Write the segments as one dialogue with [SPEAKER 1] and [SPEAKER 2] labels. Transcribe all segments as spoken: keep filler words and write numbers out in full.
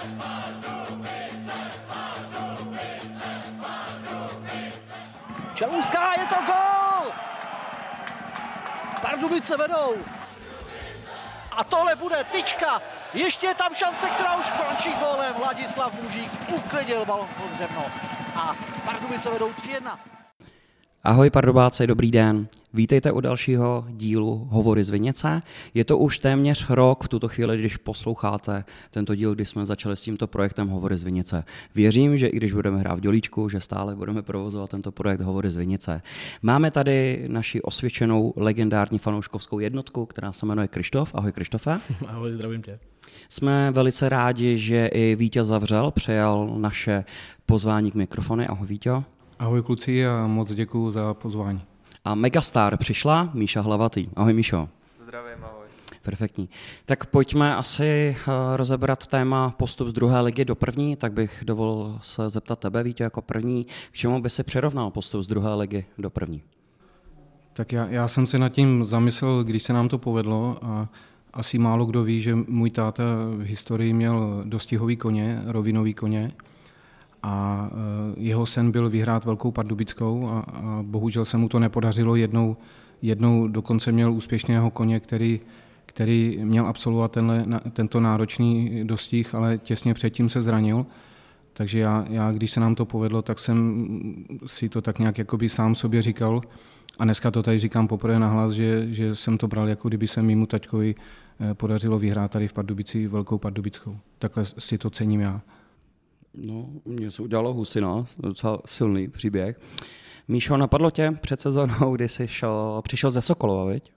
[SPEAKER 1] Čelůská, je to gól! Pardubice vedou. A tohle bude tyčka. Ještě je tam šance, která už končí gólem. Ladislav Mužík uklidil balon pod břevno. A Pardubice vedou tři jedna.
[SPEAKER 2] Ahoj Pardubáci, dobrý den. Vítejte u dalšího dílu Hovory z Vinice. Je to už téměř rok v tuto chvíli, když posloucháte tento díl, kdy jsme začali s tímto projektem Hovory z Vinice. Věřím, že i když budeme hrát v Dělíčku, že stále budeme provozovat tento projekt Hovory z Vinice. Máme tady naši osvědčenou legendární fanouškovskou jednotku, která se jmenuje Krištof. Ahoj Krištofe.
[SPEAKER 3] Ahoj, zdravím tě.
[SPEAKER 2] Jsme velice rádi, že i Vítěz Zavřel přijal naše pozvání k mikrofonu. Ahoj Víťo.
[SPEAKER 4] Ahoj kluci a moc děkuju za pozvání.
[SPEAKER 2] A megastar přišla Míša Hlavatý. Ahoj Míšo.
[SPEAKER 5] Zdravím, ahoj.
[SPEAKER 2] Perfektní. Tak pojďme asi rozebrat téma postup z druhé ligy do první, tak bych dovolil se zeptat tebe, Vítě, jako první, k čemu by si přirovnal postup z druhé ligy do první?
[SPEAKER 4] Tak já, já jsem se nad tím zamyslel, když se nám to povedlo a asi málo kdo ví, že můj táta v historii měl dostihový koně, rovinový koně, a jeho sen byl vyhrát Velkou Pardubickou a, a bohužel se mu to nepodařilo. Jednou, jednou dokonce měl úspěšného koně, který, který měl absolvovat tenhle, tento náročný dostih, ale těsně předtím se zranil. Takže já, já, když se nám to povedlo, tak jsem si to tak nějak jakoby sám sobě říkal a dneska to tady říkám poprvé nahlas, že, že jsem to bral, jako kdyby se mému taťkovi podařilo vyhrát tady v Pardubici Velkou Pardubickou. Takhle si to cením já.
[SPEAKER 2] No, mě se udělalo husina, docela silný příběh. Míšo, napadlo tě před sezónou, kdy jsi šel, přišel ze Sokolova, viď?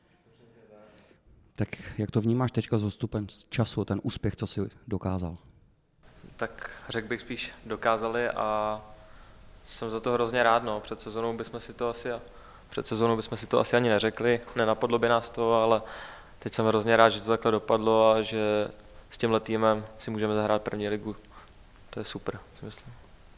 [SPEAKER 2] Tak jak to vnímáš teďka s odstupem času, ten úspěch, co jsi dokázal?
[SPEAKER 5] Tak řekl bych spíš dokázali a jsem za to hrozně rád. No. Před sezónou bychom si to asi, před sezónou bychom si to asi ani neřekli, nenapadlo by nás to, ale teď jsem hrozně rád, že to takhle dopadlo a že s tímhle týmem si můžeme zahrát první ligu. To je super, si myslím.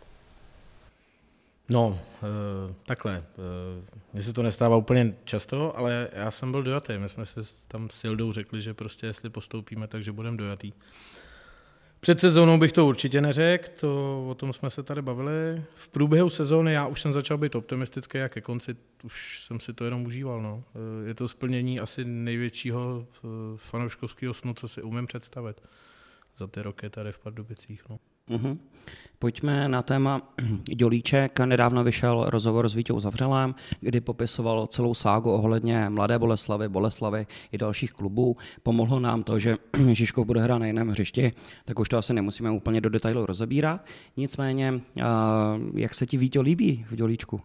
[SPEAKER 3] No, e, takhle. E, mně se to nestává úplně často, ale já jsem byl dojatý. My jsme se tam s Jildou řekli, že prostě jestli postoupíme, takže budeme dojatý. Před sezónou bych to určitě neřekl, to, o tom jsme se tady bavili. V průběhu sezóny já už jsem začal být optimistický a ke konci už jsem si to jenom užíval. No. E, je to splnění asi největšího fanouškovského snu, co si umím představit za ty roky tady v Pardubicích. No.
[SPEAKER 2] Uhum. Pojďme na téma Dělíček. Nedávno vyšel rozhovor s Vítěou Zavřelem, kdy popisoval celou ságu ohledně Mladé Boleslavy, Boleslavy i dalších klubů. Pomohlo nám to, že Žižkov bude hrát na jiném hřišti, tak už to asi nemusíme úplně do detailu rozebírat. Nicméně, jak se ti, Víťo, líbí v Dělíčku?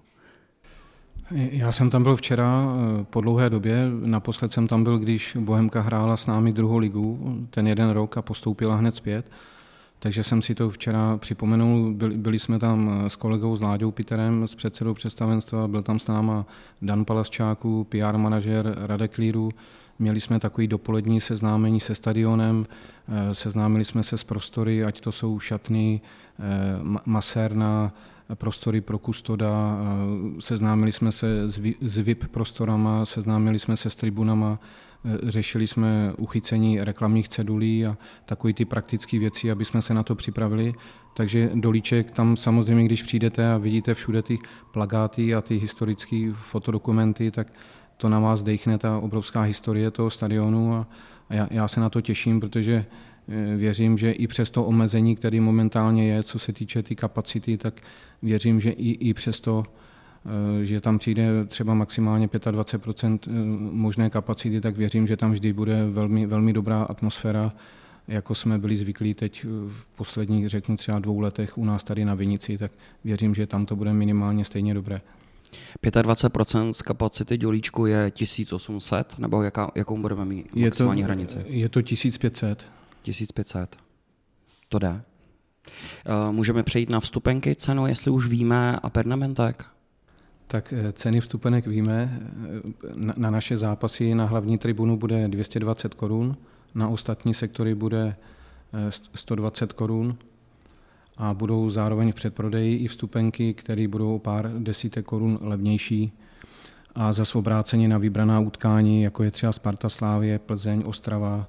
[SPEAKER 4] Já jsem tam byl včera po dlouhé době, naposled jsem tam byl, když Bohemka hrála s námi druhou ligu, ten jeden rok a postoupila hned zpět. Takže jsem si to včera připomenul, byli, byli jsme tam s kolegou, s Láďou Piterem, s předsedou představenstva, byl tam s náma Dan Palasčáků, P R manažer Radek Líru, měli jsme takový dopolední seznámení se stadionem, seznámili jsme se s prostory, ať to jsou šatny, masérna, prostory pro kustoda, seznámili jsme se s V I P prostorama, seznámili jsme se s tribunama, řešili jsme uchycení reklamních cedulí a takové ty praktické věci, aby jsme se na to připravili. Takže Dolíček, tam samozřejmě, když přijdete a vidíte všude ty plakáty a ty historické fotodokumenty, tak to na vás dejchne ta obrovská historie toho stadionu a já, já se na to těším, protože věřím, že i přes to omezení, které momentálně je, co se týče ty kapacity, tak věřím, že i, i přes to, že tam přijde třeba maximálně dvacet pět procent možné kapacity, tak věřím, že tam vždy bude velmi, velmi dobrá atmosféra, jako jsme byli zvyklí teď v posledních, řeknu třeba dvou letech u nás tady na Vinici, tak věřím, že tam to bude minimálně stejně dobré.
[SPEAKER 2] dvacet pět procent z kapacity Dělíčku je tisíc osm set, nebo jaká, jakou budeme mít maximální
[SPEAKER 4] je to,
[SPEAKER 2] hranici?
[SPEAKER 4] Je to tisíc pět set.
[SPEAKER 2] tisíc pět set. To jde. Můžeme přejít na vstupenky, cenu, jestli už víme, a pernementek?
[SPEAKER 4] Tak ceny vstupenek víme. Na naše zápasy na hlavní tribunu bude dvě stě dvacet korun, na ostatní sektory bude sto dvacet korun a budou zároveň v předprodeji i vstupenky, které budou o pár desítek korun levnější. A zase obráceně na vybraná utkání, jako je třeba Sparta, Slávie, Plzeň, Ostrava,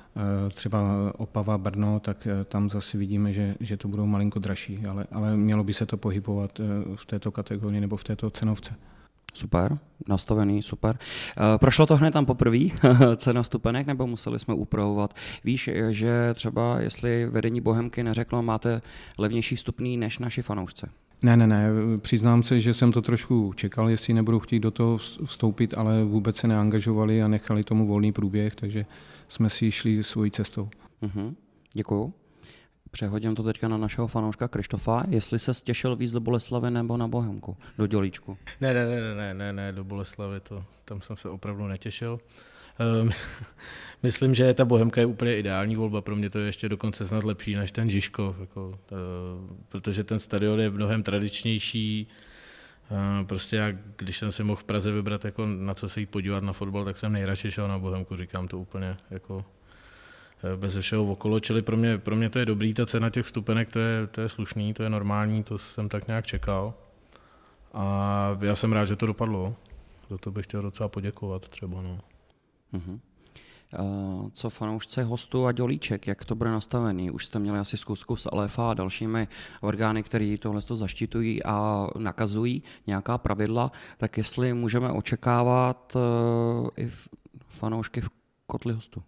[SPEAKER 4] třeba Opava, Brno, tak tam zase vidíme, že, že to budou malinko dražší, ale, ale mělo by se to pohybovat v této kategorii nebo v této cenovce.
[SPEAKER 2] Super, nastavený, super. Prošlo to hned tam poprvé, cena stupenek, nebo museli jsme upravovat? Víš, že třeba jestli vedení Bohemky neřeklo, máte levnější vstupný než naši fanoušci?
[SPEAKER 4] Ne, ne, ne, přiznám se, že jsem to trošku čekal, jestli nebudou chtít do toho vstoupit, ale vůbec se neangažovali a nechali tomu volný průběh, takže jsme si šli svojí cestou.
[SPEAKER 2] Uh-huh. Děkuju. Přehodím to teďka na našeho fanouška Krištofa, jestli se stěšil víc do Boleslavy nebo na Bohemku, do Dělíčku.
[SPEAKER 3] Ne, ne, ne, ne, ne, ne, do Boleslavy, to, tam jsem se opravdu netěšil. Um, myslím, že ta Bohemka je úplně ideální volba, pro mě to je ještě dokonce snad lepší než ten Žižkov, jako, to, protože ten stadion je mnohem tradičnější. Uh, prostě já, když jsem si mohl v Praze vybrat, jako na co se jít podívat na fotbal, tak jsem nejradši šel na Bohemku, říkám to úplně jako bez všeho okolo, čili pro mě, pro mě to je dobrý, ta cena těch vstupenek, to je, to je slušný, to je normální, to jsem tak nějak čekal a já jsem rád, že to dopadlo, za to bych chtěl docela poděkovat třeba. No.
[SPEAKER 2] Uh-huh. Uh, co fanoušci hostů a Dělíček, jak to bude nastavený? Už jste měli asi zkusku s Alefa a dalšími orgány, které tohle zaštiťují a nakazují nějaká pravidla, tak jestli můžeme očekávat uh, i fanoušky v kotli hostů?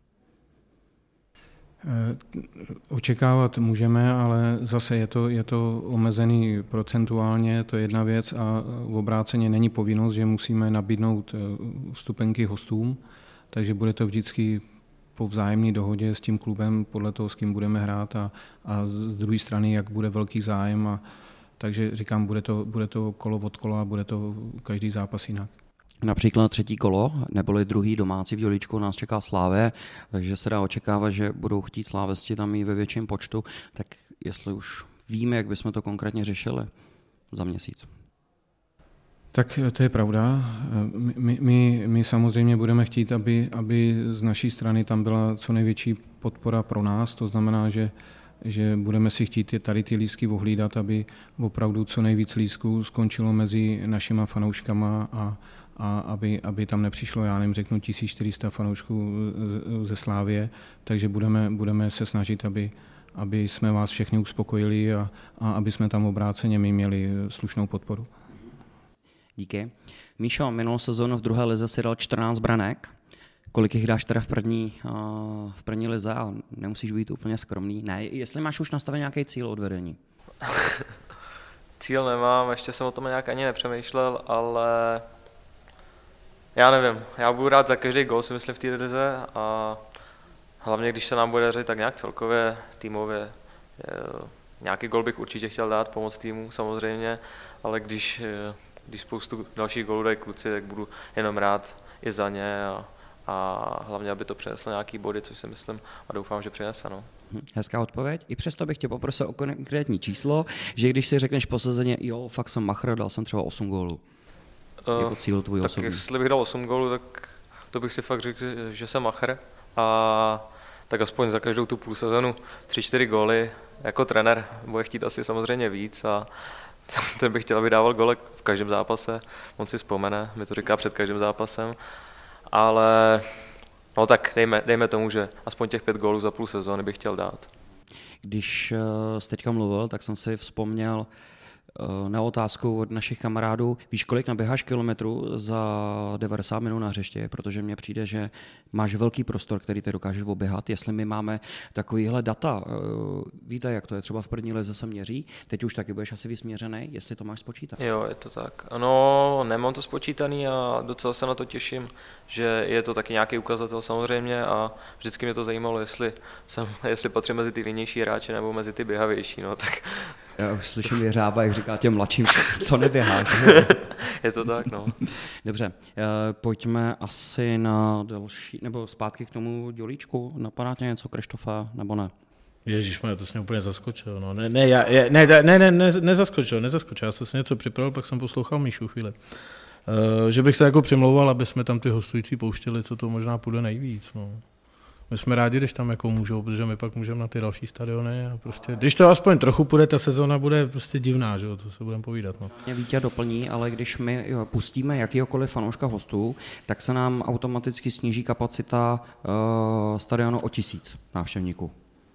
[SPEAKER 4] Očekávat můžeme, ale zase je to, je to omezený procentuálně, to je jedna věc a v obráceně není povinnost, že musíme nabídnout vstupenky hostům, takže bude to vždycky po vzájemné dohodě s tím klubem, podle toho, s kým budeme hrát a, a z druhé strany, jak bude velký zájem. A, takže říkám, bude to, bude to kolo od kola a bude to každý zápas jinak.
[SPEAKER 2] Například třetí kolo, neboli druhý domácí v Dělíčku nás čeká Slávě, takže se dá očekávat, že budou chtít slávesti tam i ve větším počtu, tak jestli už víme, jak bychom to konkrétně řešili za měsíc.
[SPEAKER 4] Tak to je pravda. My, my, my samozřejmě budeme chtít, aby, aby z naší strany tam byla co největší podpora pro nás, to znamená, že že budeme si chtít tady ty lístky ohlídat, aby opravdu co nejvíc lístků skončilo mezi našima fanouškama a, a aby, aby tam nepřišlo, já nevím, řeknu tisíc čtyři sta fanoušků ze Slávie, takže budeme, budeme se snažit, aby, aby jsme vás všechny uspokojili a, a aby jsme tam obráceně my měli slušnou podporu.
[SPEAKER 2] Díky. Míšo, minulou sezónu v druhé lize si dal čtrnáct branek. Kolik jich dáš teda v první, uh, v první lize a nemusíš být úplně skromný. Ne, jestli máš už nastavený nějaký cíl od vedení?
[SPEAKER 5] Cíl nemám, ještě jsem o tom nějak ani nepřemýšlel, ale já nevím, já budu rád za každý gól, si myslím, v té lize a hlavně, když se nám bude dařit, tak nějak celkově, týmově. Nějaký gól bych určitě chtěl dát, pomoct týmu samozřejmě, ale když, když spoustu dalších gólů dají kluci, tak budu jenom rád i za ně a a hlavně, aby to přineslo nějaký body, což si myslím a doufám, že přinese. No.
[SPEAKER 2] Hezká odpověď. I přesto bych tě poprosil o konkrétní číslo, že když si řekneš po sezóně, jo, fakt jsem machr, dal jsem třeba osm gólů. Uh, jako cíl tvůj
[SPEAKER 5] tak
[SPEAKER 2] osobní. Tak
[SPEAKER 5] jestli bych dal osm gólů, tak to bych si fakt řekl, že jsem machr. A tak aspoň za každou tu půl sezonu tři čtyři góly. Jako trenér bude chtít asi samozřejmě víc a ten bych chtěl, aby dával góly v každém zápase. On si vzpomene, mi to říká před každým zápasem. Ale no tak dejme, dejme tomu, že aspoň těch pět gólů za půl sezóny bych chtěl dát.
[SPEAKER 2] Když uh, jsi teďka mluvil, tak jsem si vzpomněl uh, na otázku od našich kamarádů. Víš, kolik naběháš kilometrů za devadesát minut na hřiště? Protože mně přijde, že máš velký prostor, který ty dokážeš oběhat. Jestli my máme takovýhle data, uh, víte, jak to je, třeba v první lize se měří, teď už taky budeš asi vysměřený, jestli to máš spočítat.
[SPEAKER 5] Jo, je to tak. No, nemám to spočítaný a docela se na to těším, že je to taky nějaký ukazatel samozřejmě a vždycky mě to zajímalo, jestli, jsem, jestli patří mezi ty línější hráče nebo mezi ty běhavější. No, tak...
[SPEAKER 2] Já už slyším Věřába, jak říká těm mladším, co neběháš.
[SPEAKER 5] Je to tak, no.
[SPEAKER 2] Dobře, pojďme asi na další, nebo zpátky k tomu Dělíčku. Napadá tě něco, Krištofa, nebo ne?
[SPEAKER 3] Ježišmarja, to jsi mě úplně zaskočil. No. Ne, ne, já, ne, ne, ne, ne, ne, nezaskočil, nezaskočil. Já jsem si něco připravil, pak jsem poslouchal Míšu chvíli. Uh, že bych se jako přimlouval, aby jsme tam ty hostující pouštěli, co to možná půjde nejvíc. No. my jsme rádi, když tam jako můžou, protože my pak můžeme na ty další stadiony a prostě, když to aspoň trochu půjde, ta sezóna bude prostě divná, že jo, to se budeme povídat. No.
[SPEAKER 2] Mě Vítě doplní, ale když my jo, pustíme jakýhokoliv fanouška hostů, tak se nám automaticky sníží kapacita uh, stadionu o tisíc návštěvníků.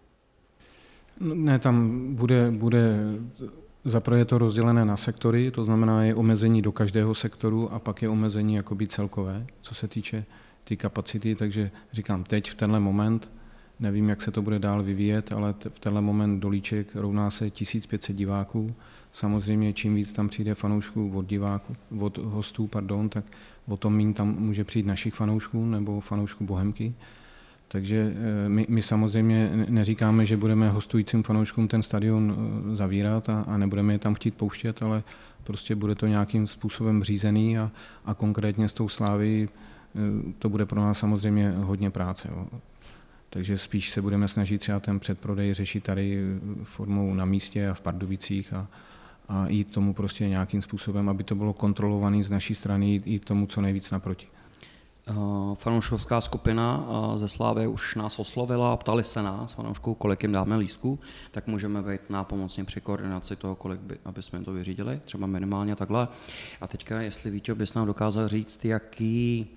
[SPEAKER 4] Ne, tam bude, bude zaprvé je to rozdělené na sektory, to znamená je omezení do každého sektoru a pak je omezení jakoby celkové, co se týče ty kapacity, takže říkám teď v tenhle moment, nevím, jak se to bude dál vyvíjet, ale t- v tenhle moment dolíček rovná se tisíc pět set diváků. Samozřejmě čím víc tam přijde fanoušků od diváků, od hostů, pardon, tak o tom méně tam může přijít našich fanoušků nebo fanoušků Bohemky. Takže my, my samozřejmě neříkáme, že budeme hostujícím fanouškům ten stadion zavírat a, a nebudeme je tam chtít pouštět, ale prostě bude to nějakým způsobem řízený a, a konkrétně s tou Sláví to bude pro nás samozřejmě hodně práce. Jo. Takže spíš se budeme snažit třeba ten předprodej řešit tady formou na místě a v Pardubicích a, a jít tomu prostě nějakým způsobem, aby to bylo kontrolované z naší strany, jít, jít tomu co nejvíc naproti.
[SPEAKER 2] Fanouškovská skupina ze Slávy už nás oslovila, ptali se nás, fanoušků, kolik jim dáme lístků, tak můžeme být nápomocně při koordinaci toho, kolik by, aby jsme to vyřídili, třeba minimálně takhle. A teďka, jestli Víťo bys nám dokázal říct, jaký,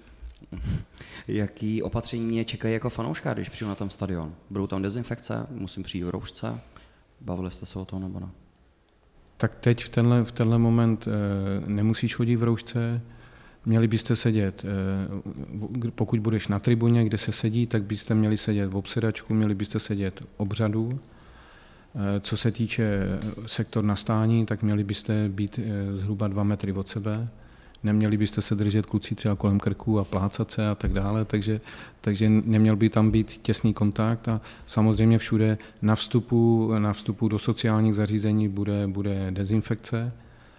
[SPEAKER 2] jaký opatření mě čekají jako fanouška, když přijdu na ten stadion. Budou tam dezinfekce, musím přijít v roušce, bavili jste se o tom nebo ne?
[SPEAKER 4] Tak teď v tenhle, v tenhle moment e, nemusíš chodit v roušce. Měli byste sedět, pokud budeš na tribuně, kde se sedí, tak byste měli sedět v obsedačku, měli byste sedět obřadu. Co se týče sektor na stání, tak měli byste být zhruba dva metry od sebe. Neměli byste se držet kluci třeba kolem krku a plácat se a tak dále, takže, takže neměl by tam být těsný kontakt a samozřejmě všude na vstupu, na vstupu do sociálních zařízení bude, bude dezinfekce.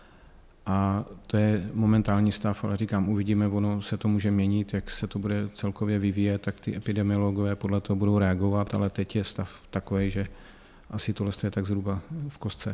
[SPEAKER 4] A to je momentální stav, ale říkám, uvidíme, ono se to může měnit, jak se to bude celkově vyvíjet, tak ty epidemiologové podle toho budou reagovat, ale teď je stav takový, že asi tohle je tak zhruba v kostce.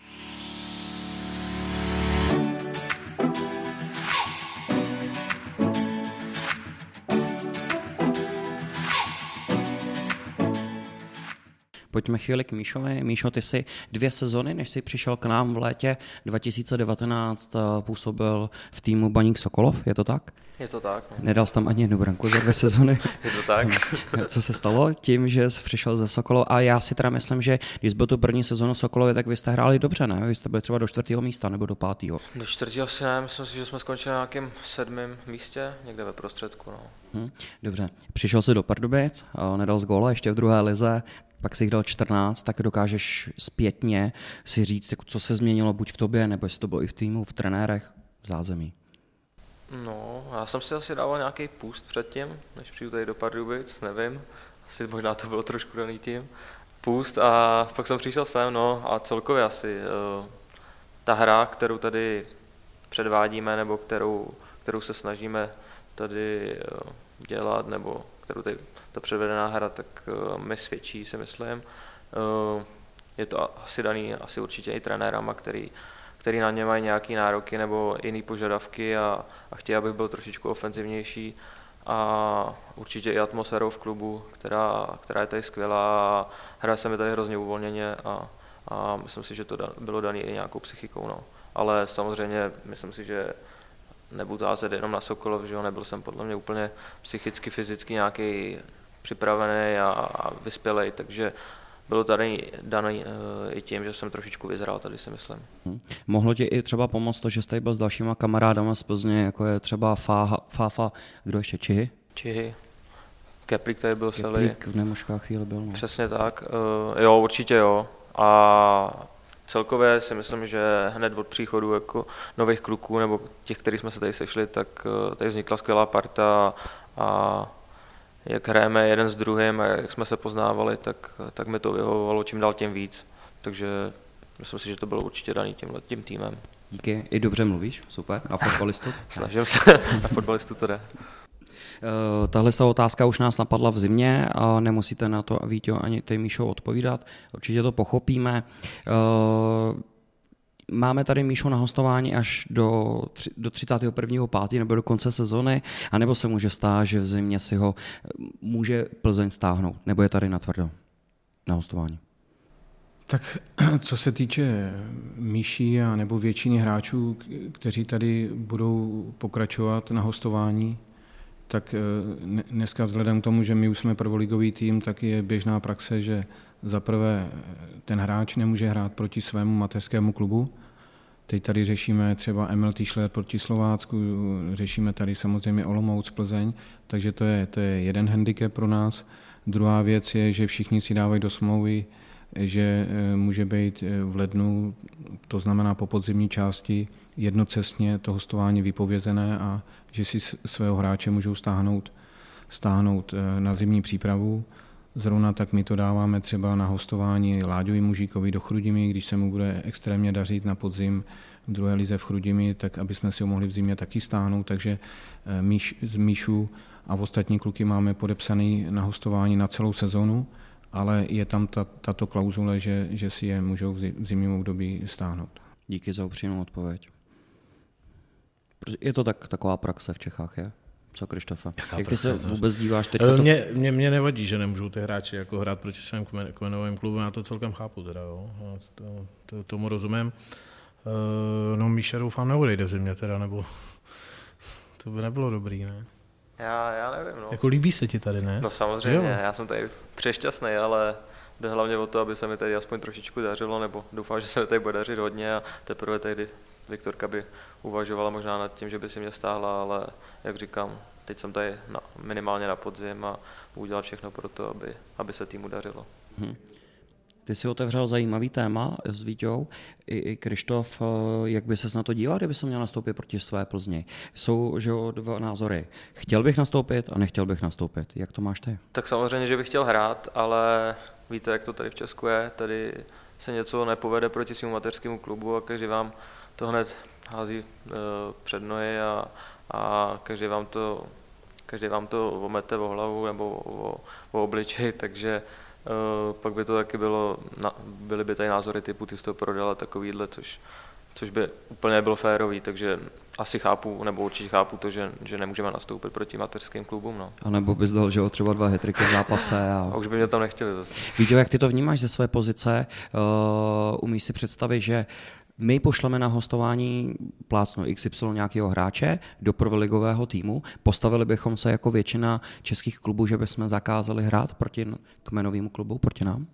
[SPEAKER 2] Pojďme chvíli k Míšovi. Míšo, ty jsi dvě sezony, než jsi přišel k nám v létě dva tisíce devatenáct, působil v týmu Baník Sokolov, je to tak?
[SPEAKER 5] Je to tak. No.
[SPEAKER 2] Nedal jsi tam ani jednu branku za dvě sezony.
[SPEAKER 5] Je to tak.
[SPEAKER 2] Co se stalo tím, že jsi přišel ze Sokolova? A já si teda myslím, že když byl tu první sezonu Sokolově, tak vy jste hráli dobře, ne? Vy jste byli třeba do čtvrtého místa nebo do pátého.
[SPEAKER 5] Do čtvrtého asi ne, myslím si, že jsme skončili na nějakém sedmém místě, někde ve prostředku. No.
[SPEAKER 2] Hm, dobře. Přišel jsi do Pardubic, nedal z góla ještě v druhé lize, pak si jich dal čtrnáct, tak dokážeš zpětně si říct, co se změnilo buď v tobě, nebo jestli to bylo i v týmu, v trenérech, v zázemí.
[SPEAKER 5] No, já jsem si asi dával nějaký půst předtím, než přijdu tady do Pardubic, nevím, asi možná to bylo trošku daný tím, půst a pak jsem přišel sem, no a celkově asi uh, ta hra, kterou tady předvádíme, nebo kterou, kterou se snažíme tady uh, dělat, nebo kterou tady ta předvedená hra, tak uh, mi svědčí, si myslím. Uh, je to asi daný, asi určitě i trenérama, který který na ně mají nějaké nároky nebo jiné požadavky a, a chtějí, abych byl trošičku ofenzivnější a určitě i atmosférou v klubu, která, která je tady skvělá a hraje se mi tady hrozně uvolněně a, a myslím si, že to da, bylo dané i nějakou psychikou. No. Ale samozřejmě myslím si, že nebudu házet jenom na Sokolov, že jo, nebyl jsem podle mě úplně psychicky, fyzicky nějaký připravený a, a vyspělej, takže bylo tady daný i tím, že jsem trošičku vyzrál, tady si myslím.
[SPEAKER 2] Hmm. Mohlo ti i třeba pomoct to, že jste byl s dalšíma kamarádama z Plzně, jako je třeba Fáha, Fáfa, kdo ještě, Čihy?
[SPEAKER 5] Čihy. Keplik tady byl celý.
[SPEAKER 2] Keplik v Nemoškách chvíli byl. No.
[SPEAKER 5] Přesně tak. Uh, jo, určitě jo. A celkově si myslím, že hned od příchodu jako nových kluků, nebo těch, kteří jsme se tady sešli, tak uh, tady vznikla skvělá parta a jak hrajeme jeden s druhým a jak jsme se poznávali, tak, tak mi to vyhovovalo čím dál tím víc. Takže myslím si, že to bylo určitě daný tímhle tím týmem.
[SPEAKER 2] Díky, i dobře mluvíš, super, na fotbalistu.
[SPEAKER 5] Snažím se, na fotbalistu to jde.
[SPEAKER 2] Uh, tahle otázka už nás napadla v zimě a nemusíte na to, Víťo, ani ty, Míšo, odpovídat. Určitě to pochopíme. Uh, máme tady Míšu na hostování až do, do třicátého prvního pátého nebo do konce sezony, anebo se může stát, že v zimě si ho může Plzeň stáhnout, nebo je tady natvrdo na hostování?
[SPEAKER 4] Tak co se týče Míší a nebo většiny hráčů, kteří tady budou pokračovat na hostování, tak dneska vzhledem k tomu, že my už jsme prvoligový tým, tak je běžná praxe, že zaprvé ten hráč nemůže hrát proti svému mateřskému klubu. Teď tady řešíme třeba Emil Tischler proti Slovácku, řešíme tady samozřejmě Olomouc, Plzeň, takže to je, to je jeden handicap pro nás. Druhá věc je, že všichni si dávají do smlouvy, že může být v lednu, to znamená po podzimní části, jednocestně to hostování vypovězené a že si svého hráče můžou stáhnout, stáhnout na zimní přípravu. Zrovna tak my to dáváme třeba na hostování Láďovi Mužíkovi do Chrudimi, když se mu bude extrémně dařit na podzim v druhé lize v Chrudimi, tak aby jsme si ho mohli v zimě taky stáhnout. Takže Míš, z Míšu a ostatní kluky máme podepsaný na hostování na celou sezonu, ale je tam ta, tato klauzule, že, že si je můžou v zimním období stáhnout.
[SPEAKER 2] Díky za upřímnou odpověď. Je to tak, taková praxe v Čechách, je? Co, Krištofe? Jak ty se vůbec díváš teď? To...
[SPEAKER 3] Mě, mě, mě nevadí, že nemůžou ty hráči jako hrát proti svým kmenovým klubům, já to celkem chápu teda, jo. To, to, tomu rozumím. Uh, no Míša doufám neodejde v zimě teda, nebo to by nebylo dobrý, ne?
[SPEAKER 5] Já, já nevím, no.
[SPEAKER 3] Jako líbí se ti tady, ne?
[SPEAKER 5] No samozřejmě, jo. Já jsem tady přešťastný, ale jde hlavně o to, aby se mi tady aspoň trošičku dařilo, nebo doufám, že se mi tady bude dařit hodně a teprve tady Viktorka by uvažovala možná nad tím, že by si mě stáhla, ale jak říkám, teď jsem tady na, minimálně na podzim a udělal všechno pro to, aby, aby se týmu dařilo.
[SPEAKER 2] Hmm. Ty jsi otevřel zajímavý téma s Víťou. I, i Krištof, jak by ses na to díval, kdyby se měl nastoupit proti své Plzni? Jsou že jo, dva názory. Chtěl bych nastoupit a nechtěl bych nastoupit. Jak to máš ty?
[SPEAKER 5] Tak samozřejmě, že bych chtěl hrát, ale víte, jak to tady v Česku je. Tady se něco nepovede proti svému mateřskému klubu a každý vám to hned hází uh, před nohy a, a každý vám to, každý vám to omete o hlavu nebo o, o obličej, takže Uh, pak by to taky bylo, na, byly by tady názory typu ty jsi to prodal a takovýhle, což, což by úplně nebylo férový, takže asi chápu, nebo určitě chápu to, že, že nemůžeme nastoupit proti mateřským klubům. No.
[SPEAKER 2] A nebo bys dal, že o třeba dva hat-tricky v zápase. A...
[SPEAKER 5] a už by mě tam nechtěli zase.
[SPEAKER 2] Víte, jak ty to vnímáš ze své pozice? Uh, umíš si představit, že my pošleme na hostování plácno X Y nějakého hráče do prvoligového týmu, postavili bychom se jako většina českých klubů, že bychom zakázali hrát proti kmenovému klubu, proti nám?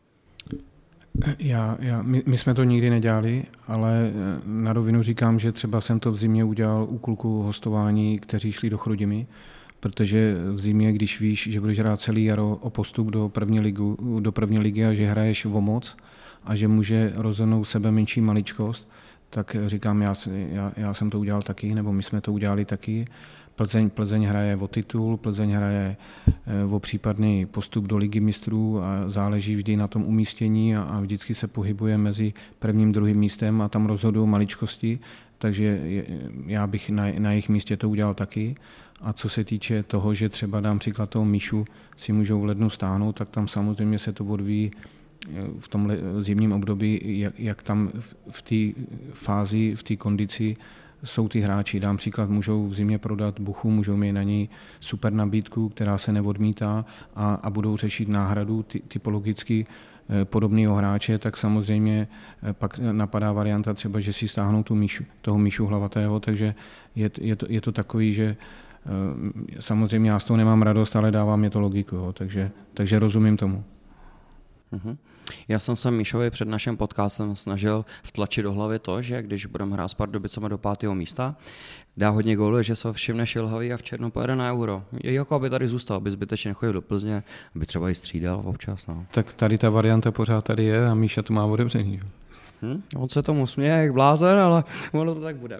[SPEAKER 4] Já, já, my, my jsme to nikdy nedělali, ale na rovinu říkám, že třeba jsem to v zimě udělal u kluků hostování, kteří šli do Chrudimi, protože v zimě, když víš, že budeš hrát celý jaro o postup do první, ligu, do první ligy a že hraješ o moc, a že může rozhodnout sebe menší maličkost, tak říkám, já, já, já jsem to udělal taky, nebo my jsme to udělali taky. Plzeň, Plzeň hraje o titul, Plzeň hraje o případný postup do ligy mistrů a záleží vždy na tom umístění a, a vždycky se pohybuje mezi prvním a druhým místem a tam rozhodují maličkosti, takže já bych na, na jejich místě to udělal taky. A co se týče toho, že třeba dám příklad toho Míšu si můžou v lednu stáhnout, tak tam samozřejmě se to odvíjí v tom zimním období, jak, jak tam v té fázi, v té kondici jsou ty hráči. Dám příklad, můžou v zimě prodat Buchu, můžou mít na něj super nabídku, která se neodmítá a, a budou řešit náhradu ty, typologicky podobného hráče, tak samozřejmě pak napadá varianta třeba, že si stáhnou tu Míšu, toho Míšu Hlavatého, takže je, je, to, je to takový, že samozřejmě já z toho nemám radost, ale dává mě to logiku, jo, takže, takže rozumím tomu.
[SPEAKER 2] Uhum. Já jsem se Míšovi před naším podcastem snažil vtlačit do hlavy to, že když budeme hrát s Pardubicemi do pátého místa, dá hodně gólů, že se všimne Šilhavý a v červnu pojede na Euro. Jako aby tady zůstal, aby zbytečně nechodil do Plzně, aby třeba i střídal občas. No.
[SPEAKER 4] Tak tady ta varianta pořád tady je a Míša tu má otevřený.
[SPEAKER 2] Hm? On se tomu směje jak blázen, ale ono to tak bude.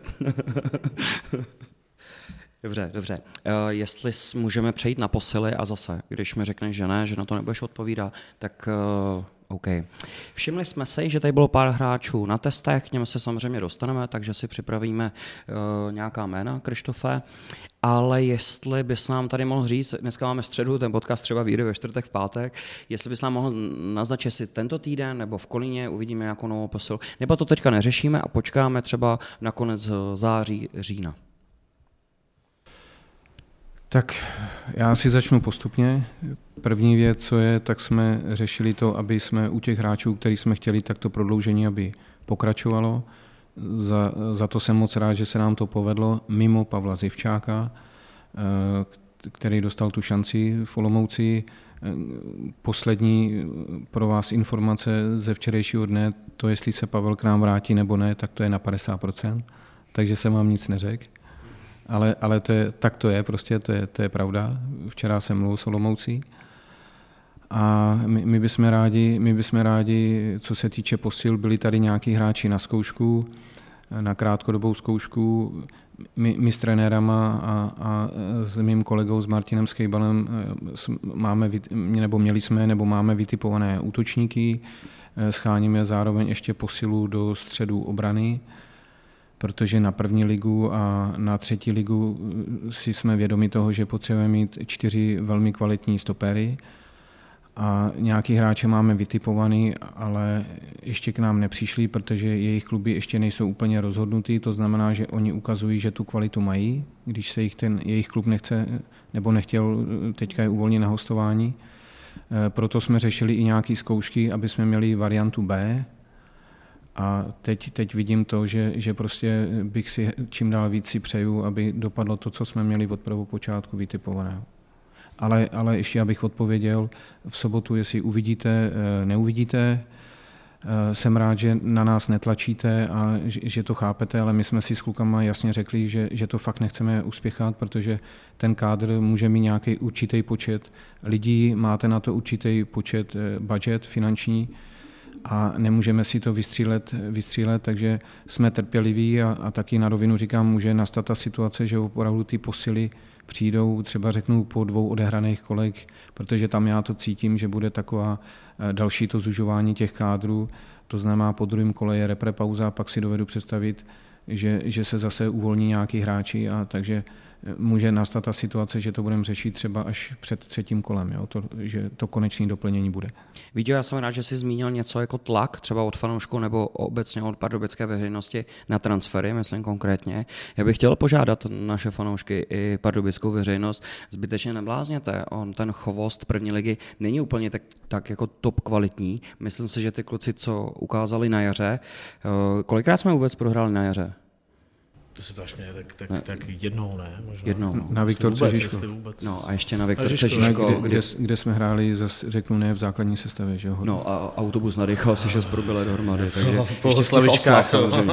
[SPEAKER 2] Dobře, dobře. Uh, jestli můžeme přejít na posily a zase, když mi řekneš, že ne, že na to nebudeš odpovídat, tak uh, OK. Všimli jsme si, že tady bylo pár hráčů na testech, k něm se samozřejmě dostaneme, takže si připravíme uh, nějaká jména, Krištofe, ale jestli bys nám tady mohl říct, dneska máme středu, ten podcast třeba vyjde ve čtvrtek, v pátek, jestli bys nám mohl naznačit si tento týden nebo v Kolíně uvidíme nějakou novou posilu, nebo to teďka neřešíme a počkáme třeba na konec září, října.
[SPEAKER 4] Tak já si začnu postupně. První věc, co je, tak jsme řešili to, aby jsme u těch hráčů, který jsme chtěli, tak to prodloužení, aby pokračovalo. Za, za to jsem moc rád, že se nám to povedlo mimo Pavla Zivčáka, který dostal tu šanci v Olomouci. Poslední pro vás informace ze včerejšího dne, to jestli se Pavel k nám vrátí nebo ne, tak to je na padesát procent, takže jsem vám nic neřekl. Ale, ale to je, tak to je, prostě to je, to je pravda. Včera jsem mluvil s Olomoucí a my, my, bychom rádi, my bychom rádi, co se týče posil, byli tady nějaký hráči na zkoušku, na krátkodobou zkoušku. My, my s trenérama a, a s mým kolegou, s Martinem Skejbalem, máme, nebo měli jsme, nebo máme vytipované útočníky, scháníme zároveň ještě posilu do středu obrany, protože na první ligu a na třetí ligu si jsme vědomi toho, že potřebujeme mít čtyři velmi kvalitní stopery a nějaký hráče máme vytipovaný, ale ještě k nám nepřišli, protože jejich kluby ještě nejsou úplně rozhodnutý, to znamená, že oni ukazují, že tu kvalitu mají, když se jich ten jejich klub nechce nebo nechtěl, teďka je uvolnit na hostování. Proto jsme řešili i nějaké zkoušky, aby jsme měli variantu B. A teď, teď vidím to, že, že prostě bych si čím dál víc si přeju, aby dopadlo to, co jsme měli od prvopočátku vytipovaného. Ale, ale ještě abych odpověděl, v sobotu, jestli uvidíte, neuvidíte, jsem rád, že na nás netlačíte a že to chápete, ale my jsme si s klukama jasně řekli, že, že to fakt nechceme uspěchat, protože ten kádr může mít nějaký určitý počet lidí, máte na to určitý počet budget finanční, a nemůžeme si to vystřílet, vystřílet takže jsme trpěliví a, a taky na rovinu říkám, může nastat ta situace, že opravdu ty posily přijdou, třeba řeknu po dvou odehraných kolech, protože tam já to cítím, že bude taková další to zužování těch kádrů, to znamená po druhém kole je repre pauza, pak si dovedu představit, že, že se zase uvolní nějaký hráči a takže může nastat ta situace, že to budeme řešit třeba až před třetím kolem, jo? To, že to konečné doplnění bude.
[SPEAKER 2] Víte, já jsem rád, že jsi zmínil něco jako tlak, třeba od fanoušků nebo obecně od pardubické veřejnosti na transfery, myslím konkrétně. Já bych chtěl požádat naše fanoušky i pardubickou veřejnost, zbytečně neblázněte, on ten Chvost první ligy není úplně tak, tak jako top kvalitní. Myslím si, že ty kluci, co ukázali na jaře, kolikrát jsme vůbec prohráli na jaře?
[SPEAKER 3] To se ptáš mě, tak, tak, tak jednou ne, možná.
[SPEAKER 2] Jednou, no.
[SPEAKER 4] Na Viktorce Žižko.
[SPEAKER 2] No a ještě na Viktorce Žižko.
[SPEAKER 4] Kde, kde, kde jsme hráli, zase řeknu ne v základní sestavě, že jo?
[SPEAKER 2] No a autobus nadechal si šest probyle dohromady, takže
[SPEAKER 3] no,
[SPEAKER 2] ještě v těch oslav samozřejmě.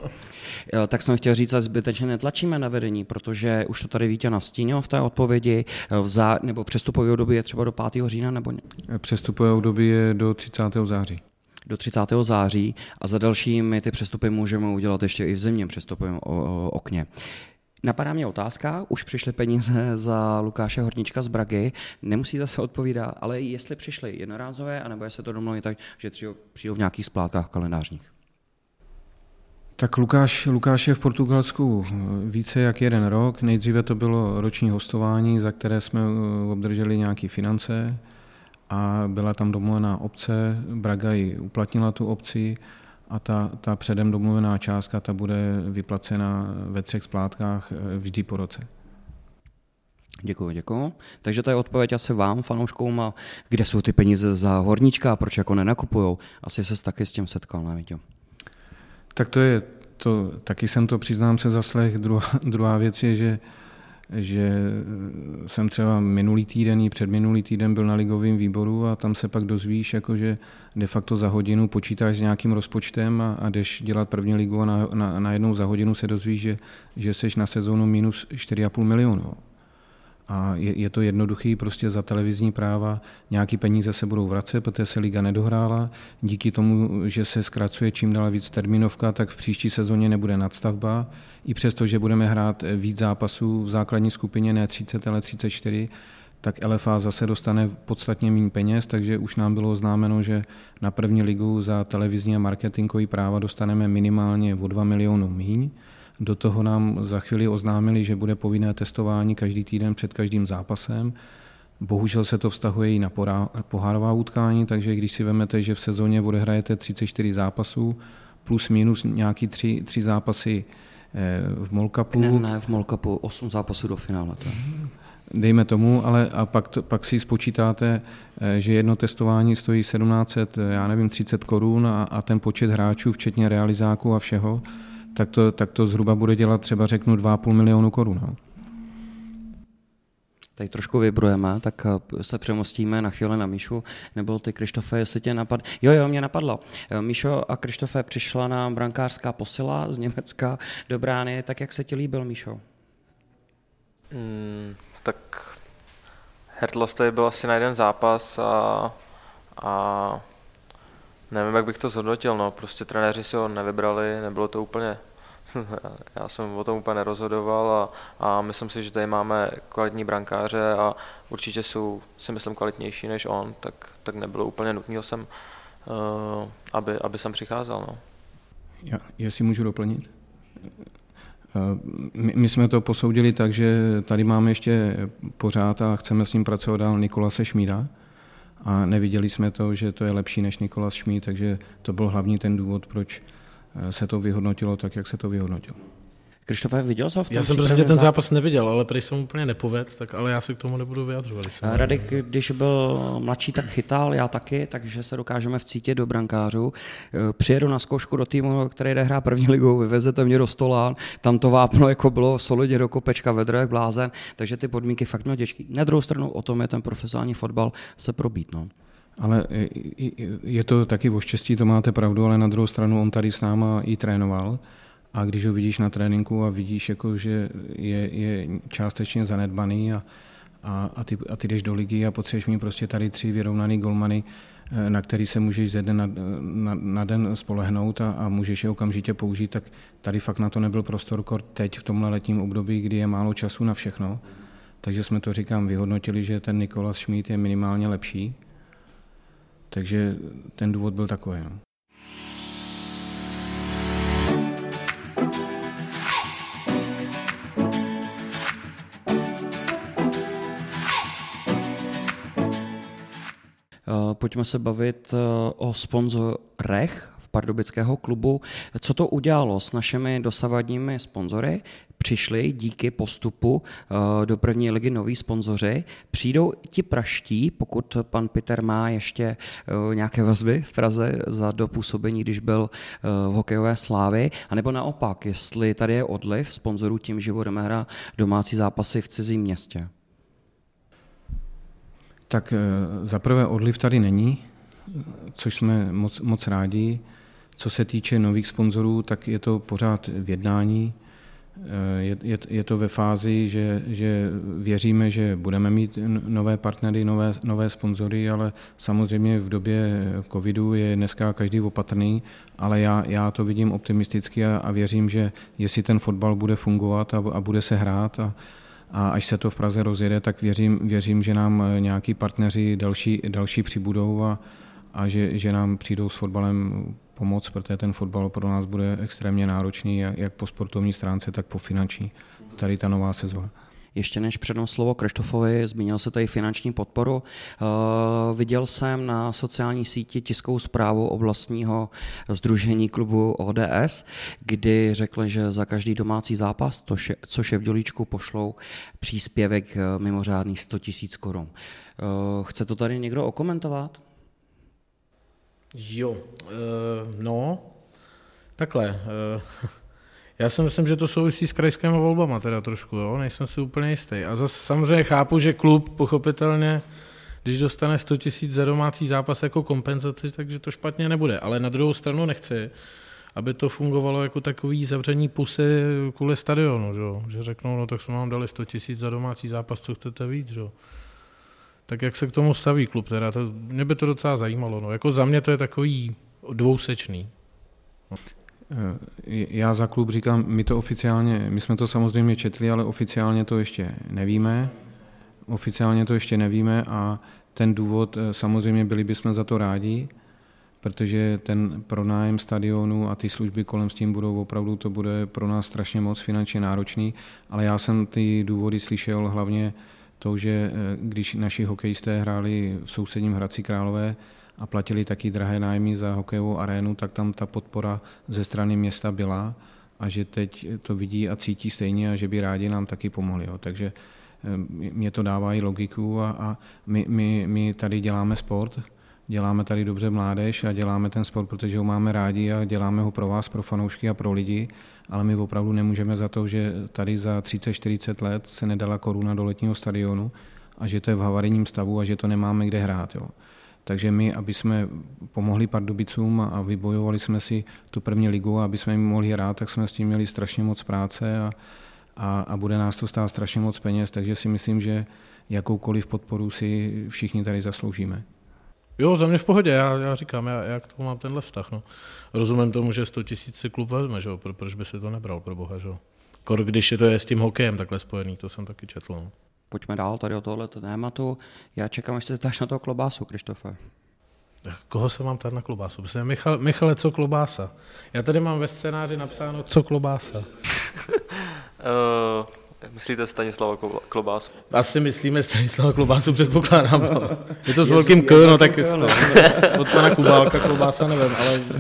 [SPEAKER 3] Jo,
[SPEAKER 2] tak jsem chtěl říct, že zbytečně netlačíme na vedení, protože už to tady Vítě nastínil v té odpovědi, v zá, nebo přestupové období je třeba do pátého října, nebo ne?
[SPEAKER 4] Přestupové období je do třicátého září.
[SPEAKER 2] Do třicátého září a za dalšími ty přestupy můžeme udělat ještě i v zimním přestupovém okně. Napadá mě otázka, už přišly peníze za Lukáše Horníčka z Bragy, nemusí zase odpovídat, ale jestli přišly jednorázové, anebo jestli to domluví tak, že přijdou v nějakých splátkách kalendářních.
[SPEAKER 4] Tak Lukáš, Lukáš je v Portugalsku více jak jeden rok. Nejdříve to bylo roční hostování, za které jsme obdrželi nějaké finance a byla tam domluvená obce, Braga ji uplatnila tu obci a ta, ta předem domluvená částka ta bude vyplacena ve třech splátkách vždy po roce.
[SPEAKER 2] Děkuji, děkuji. Takže to je odpověď asi vám, fanouškům, a kde jsou ty peníze za Horníčka a proč jako nenakupujou? Asi ses taky s tím setkal, nevíte?
[SPEAKER 4] Tak to je, to, taky jsem to, přiznám se, zaslech. Druhá, druhá věc je, že, že jsem třeba minulý týden i předminulý týden byl na ligovém výboru a tam se pak dozvíš, jako že de facto za hodinu počítáš s nějakým rozpočtem a, a jdeš dělat první ligu a na, na, najednou za hodinu se dozvíš, že, že seš na sezónu minus čtyři a půl milionu. A je, je to jednoduchý, prostě za televizní práva nějaký peníze se budou vracet, protože se liga nedohrála. Díky tomu, že se zkracuje čím dál víc termínovka, tak v příští sezóně nebude nadstavba. I přesto, že budeme hrát víc zápasů v základní skupině, ne třicet, ale třicet čtyři, tak L F A zase dostane podstatně méně peněz, takže už nám bylo oznámeno, že na první ligu za televizní a marketingový práva dostaneme minimálně o dva miliony míň. Do toho nám za chvíli oznámili, že bude povinné testování každý týden před každým zápasem. Bohužel se to vztahuje i na pohárová utkání, takže když si vezmete, že v sezóně odehrajete třicet čtyři zápasů, plus minus nějaký tři, tři zápasy v Mall Cupu.
[SPEAKER 2] Ne, ne, v Mall Cupu osm zápasů do finále. To.
[SPEAKER 4] Dejme tomu, ale a pak, to, pak si spočítáte, že jedno testování stojí sedmnáct set, já nevím, třicet korun a, a ten počet hráčů, včetně realizáků a všeho, tak to, tak to zhruba bude dělat třeba řeknu dva a půl milionu korun. No.
[SPEAKER 2] Tady trošku vybrujeme, tak se přemostíme na chvíli na Míšu, nebo ty, Krištofe, jestli tě napadlo. Jo, jo, mě napadlo. Míšo a Krištofe, přišla nám brankářská posila z Německa do brány, tak jak se ti líbil, Míšo?
[SPEAKER 5] Mm, tak Hertlos tady byl asi na jeden zápas a, a nevím, jak bych to zhodnotil, no, prostě trenéři si ho nevybrali, nebylo to úplně, já jsem o tom úplně nerozhodoval a, a myslím si, že tady máme kvalitní brankáře a určitě jsou, si myslím, kvalitnější než on, tak, tak nebylo úplně nutného sem, uh, aby, aby sem přicházel, no.
[SPEAKER 4] Já, jestli můžu doplnit? My, my jsme to posoudili tak, že tady máme ještě pořád a chceme s ním pracovat dál Nikolase Šmída a neviděli jsme to, že to je lepší než Nikolas Šmíd, takže to byl hlavní ten důvod, proč se to vyhodnotilo tak, jak se to vyhodnotilo.
[SPEAKER 2] Krištofe, viděl jsi ho v tom?
[SPEAKER 3] Já jsem prostě ten zápas neviděl, ale prý jsem úplně nepovedl, tak ale já se k tomu nebudu vyjadřovat.
[SPEAKER 2] Radek, když byl mladší, tak chytal, já taky, takže se dokážeme vcítit do brankářů. Přijedu na zkoušku do týmu, který jde hrát první ligu, vyvezete mě do Stolán, tam to vápno jako bylo solidně do kopečka, vedro jak blázen, takže ty podmínky fakt měl těžký. Na druhou stranu o tom je ten profesionální fotbal se probít. No.
[SPEAKER 4] Ale je to taky o štěstí, to máte pravdu, ale na druhou stranu on tady s náma i trénoval. A když ho vidíš na tréninku a vidíš, jako, že je, je částečně zanedbaný a, a, a, ty, a ty jdeš do ligy a potřebuješ mít prostě tady tři vyrovnaný golmany, na který se můžeš ze dne na, na, na den spolehnout a, a můžeš je okamžitě použít, tak tady fakt na to nebyl prostor kort teď v tomhle letním období, kdy je málo času na všechno. Takže jsme to, říkám, vyhodnotili, že ten Nikolas Šmíd je minimálně lepší. Takže ten důvod byl takový. No.
[SPEAKER 2] Pojďme se bavit o sponzorech v pardubického klubu. Co to udělalo s našimi dosavadními sponzory? Přišli díky postupu do první ligy noví sponzoři. Přijdou ti praští, pokud pan Peter má ještě nějaké vazby v Praze za dopůsobení, když byl v hokejové Slávy, anebo naopak, jestli tady je odliv sponzorů tím, že budeme hrát domácí zápasy v cizím městě?
[SPEAKER 4] Tak za prvé odliv tady není, což jsme moc, moc rádi. Co se týče nových sponzorů, tak je to pořád v jednání. Je, je, je to ve fázi, že, že věříme, že budeme mít nové partnery, nové, nové sponzory, ale samozřejmě v době covidu je dneska každý opatrný, ale já, já to vidím optimisticky a, a věřím, že jestli ten fotbal bude fungovat a, a bude se hrát a A až se to v Praze rozjede, tak věřím, věřím že nám nějaký partneři další, další přibudou a, a že, že nám přijdou s fotbalem pomoct, protože ten fotbal pro nás bude extrémně náročný, jak po sportovní stránce, tak po finanční. Tady ta nová sezóna.
[SPEAKER 2] Ještě než předám slovo Krištofovi, zmínil se tady finanční podporu. Uh, viděl jsem na sociální síti tiskovou zprávu oblastního sdružení klubu O D S, kdy řekl, že za každý domácí zápas, což je v Dělíčku, pošlou příspěvek mimořádný sto tisíc korun. Uh, chce to tady někdo okomentovat?
[SPEAKER 3] Jo, uh, no, takhle. Uh... Já si myslím, že to souvisí s krajskými volbama teda trošku, jo? Nejsem si úplně jistý. A zase samozřejmě chápu, že klub pochopitelně, když dostane sto tisíc za domácí zápas jako kompenzaci, takže to špatně nebude. Ale na druhou stranu nechci, aby to fungovalo jako takový zavření pusy kvůli stadionu, že, že řeknou, no tak jsme vám dali sto tisíc za domácí zápas, co chcete víc, že? Tak jak se k tomu staví klub teda, to, mě by to docela zajímalo. No. Jako za mě to je takový dvousečný. No.
[SPEAKER 4] Já za klub říkám, my to oficiálně, my jsme to samozřejmě četli, ale oficiálně to ještě nevíme. Oficiálně to ještě nevíme a ten důvod, samozřejmě byli bychom za to rádi, protože ten pronájem stadionu a ty služby kolem s tím budou opravdu, to bude pro nás strašně moc finančně náročný, ale já jsem ty důvody slyšel hlavně to, že když naši hokejisté hráli v sousedním Hradci Králové a platili taky drahé nájmy za hokejovou arénu, tak tam ta podpora ze strany města byla a že teď to vidí a cítí stejně a že by rádi nám taky pomohli. Jo. Takže mě to dává i logiku a, a my, my, my tady děláme sport, děláme tady dobře mládež a děláme ten sport, protože ho máme rádi a děláme ho pro vás, pro fanoušky a pro lidi, ale my opravdu nemůžeme za to, že tady za třicet čtyřicet let se nedala koruna do letního stadionu a že to je v havarijním stavu a že to nemáme kde hrát. Jo. Takže my, aby jsme pomohli Pardubicům a vybojovali jsme si tu první ligu, aby jsme jim mohli hrát, tak jsme s tím měli strašně moc práce a, a, a bude nás to stát strašně moc peněz, takže si myslím, že jakoukoliv podporu si všichni tady zasloužíme.
[SPEAKER 3] Jo, za mě v pohodě, já, já říkám, já, já k tomu mám tenhle vztah. No. Rozumím tomu, že sto tisíc si klub vezme, že? Pro, proč by si to nebral, pro boha. Že? Kor, když je to je s tím hokejem takhle spojený, to jsem taky četl. No.
[SPEAKER 2] Pojďme dál tady o tohleto tématu. Já čekám, až se zdáš na toho klobásu, Krištofe.
[SPEAKER 3] Koho se mám ptát na klobásu? Michal, Michale, co klobása? Já tady mám ve scénáři napsáno, co klobása.
[SPEAKER 5] uh, myslíte Stanislava Klobásu?
[SPEAKER 3] Asi myslíme Stanislava Klobásu, předpokládám. Je to s velkým K, no tak od pana Kubálka klobása nevím, ale...
[SPEAKER 5] Uh,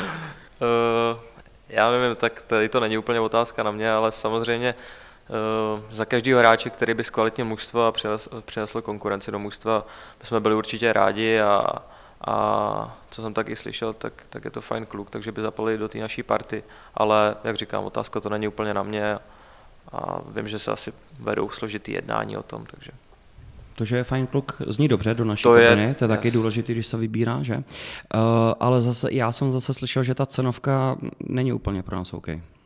[SPEAKER 5] já nevím, tak tady to není úplně otázka na mě, ale samozřejmě uh, za každého hráče, který by zkvalitnil mužstvo a přinesl konkurenci do mužstva, bychom byli určitě rádi a, a co jsem taky slyšel, tak, tak je to fajn kluk, takže by zapali do té naší party, ale jak říkám, otázka to není úplně na mě a vím, že se asi vedou složitý jednání o tom, takže...
[SPEAKER 2] To, že je fajn kluk, zní dobře do naší
[SPEAKER 5] to
[SPEAKER 2] kabiny,
[SPEAKER 5] je,
[SPEAKER 2] to je taky
[SPEAKER 5] yes.
[SPEAKER 2] důležitý, když se vybírá, že? Uh, ale zase, já jsem zase slyšel, že ta cenovka není úplně pro nás OK.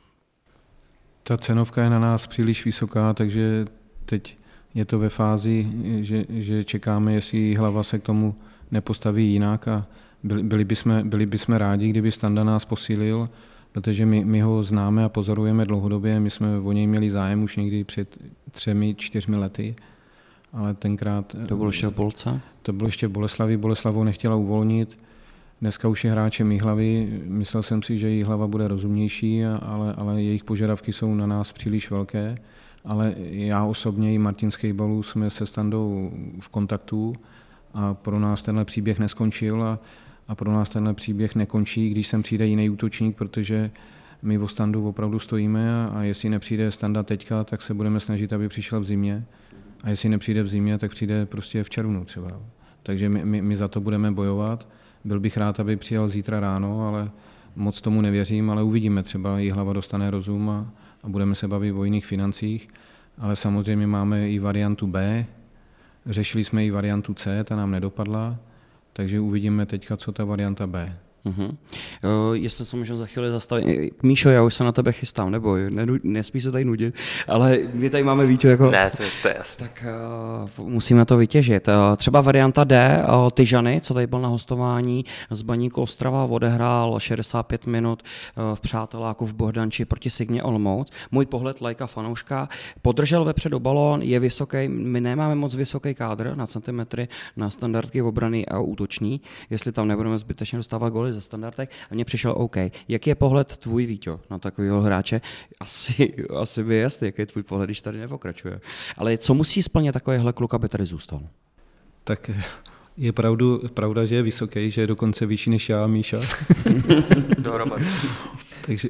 [SPEAKER 4] Ta cenovka je na nás příliš vysoká, takže teď je to ve fázi, že, že čekáme, jestli hlava se k tomu nepostaví jinak a byli, byli, bychom, byli bychom rádi, kdyby Standa nás posílil, protože my, my ho známe a pozorujeme dlouhodobě, my jsme o něj měli zájem už někdy před třemi, čtyřmi lety, ale tenkrát...
[SPEAKER 2] To bylo ještě v Bolce?
[SPEAKER 4] To bylo ještě v Boleslavi, Boleslav ho nechtěla uvolnit, dneska už je hráčem Jihlavy, myslel jsem si, že Jihlava bude rozumnější, ale, ale jejich požadavky jsou na nás příliš velké, ale já osobně i Martin Skejbalu jsme se Standou v kontaktu a pro nás tenhle příběh neskončil a, a pro nás tenhle příběh nekončí, když sem přijde jiný útočník, protože my o Standu opravdu stojíme a, a jestli nepřijde Standa teďka, tak se budeme snažit, aby přišel v zimě a jestli nepřijde v zimě, tak přijde prostě v červnu třeba. Takže my, my, my za to budeme bojovat. Byl bych rád, aby přijel zítra ráno, ale moc tomu nevěřím, ale uvidíme, třeba Jihlava dostane rozum a, a budeme se bavit o jiných financích, ale samozřejmě máme i variantu B, řešili jsme i variantu C, ta nám nedopadla, takže uvidíme teďka, co ta varianta B.
[SPEAKER 2] Uh-huh. Uh, jestli se můžeme za chvíli zastavit. Míšo, já už se na tebe chystám, neboj, ne, nesmí se tady nudit, ale my tady máme Víťu jako...
[SPEAKER 5] Ne, to, to je jasný.
[SPEAKER 2] Tak uh, musíme to vytěžit. Uh, třeba varianta D, uh, Tyžany, co tady byl na hostování z Baníku Ostrava, odehrál šedesát pět minut uh, v Přáteláku v Bohdanči proti Signě Olomouc. Můj pohled lajka fanouška, podržel vepředu balón, je vysoký, my nemáme moc vysoký kádr na centimetry, na standardky obrany a útoční, jestli tam nebudeme zbytečně dostávat góly ze standardek a mně přišel OK. Jaký je pohled tvůj, Víťo, na takového hráče? Asi, asi by jasný, jaký je tvůj pohled, když tady nepokračuje. Ale co musí splnit takovýhle kluk, aby tady zůstal?
[SPEAKER 4] Tak je pravdu, pravda, že je vysoký, že je dokonce vyšší než já a Míša.
[SPEAKER 5] Dohromady. Takže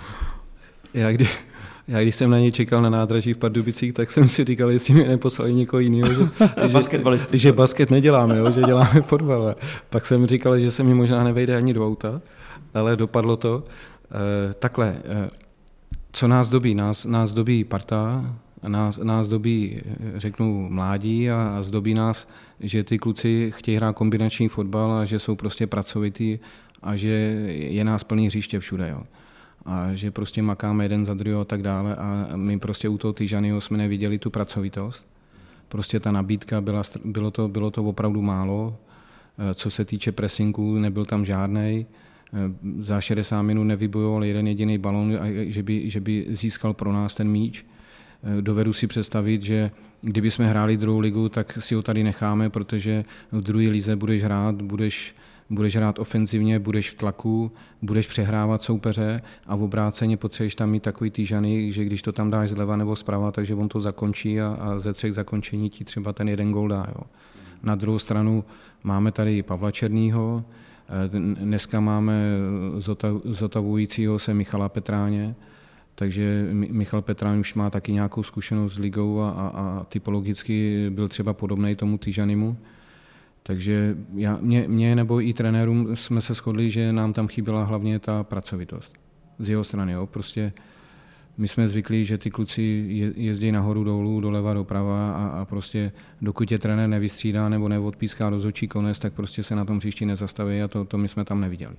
[SPEAKER 4] já kdy, já když jsem na něj čekal na nádraží v Pardubicích, tak jsem si říkal, jestli mi neposlali někoho jiného, že, že, že basket neděláme, jo, že děláme fotbal. Pak jsem říkal, že se mi možná nevejde ani do auta, ale dopadlo to. E, takhle, e, co nás dobí? Nás, nás dobí parta, nás, nás dobí, řeknu, mládí a, a zdobí nás, že ty kluci chtějí hrát kombinační fotbal a že jsou prostě pracovitý a že je nás plný hřiště všude, jo. A že prostě makáme jeden za druhého a tak dále a my prostě u toho Tyžanyho jsme neviděli tu pracovitost. Prostě ta nabídka, byla, bylo, to, bylo to opravdu málo. Co se týče pressingu, nebyl tam žádnej. Za šedesát minut nevybojoval jeden jediný balon, že by, že by získal pro nás ten míč. dovedu si představit, že kdyby jsme hráli druhou ligu, tak si ho tady necháme, protože v druhé lize budeš hrát, budeš, budeš hrát ofenzivně, budeš v tlaku, budeš přehrávat soupeře a v obráceně potřebuješ tam mít takový týžany, že když to tam dáš zleva nebo zprava, takže on to zakončí a, a ze třech zakončení ti třeba ten jeden gól dá. Jo. Na druhou stranu máme tady Pavla Černýho, dneska máme zotavujícího se Michala Petráně, takže Michal Petráň už má taky nějakou zkušenost s ligou a, a, a typologicky byl třeba podobný tomu Týžanimu. Takže já, mě, mě nebo i trenérům jsme se shodli, že nám tam chyběla hlavně ta pracovitost z jeho strany. Jo. Prostě my jsme zvyklí, že ty kluci jezdí nahoru dolů, doleva, doprava a, a prostě dokud je trenér nevystřídá nebo neodpíská rozhodčí konec, tak prostě se na tom příští nezastaví a to, to my jsme tam neviděli.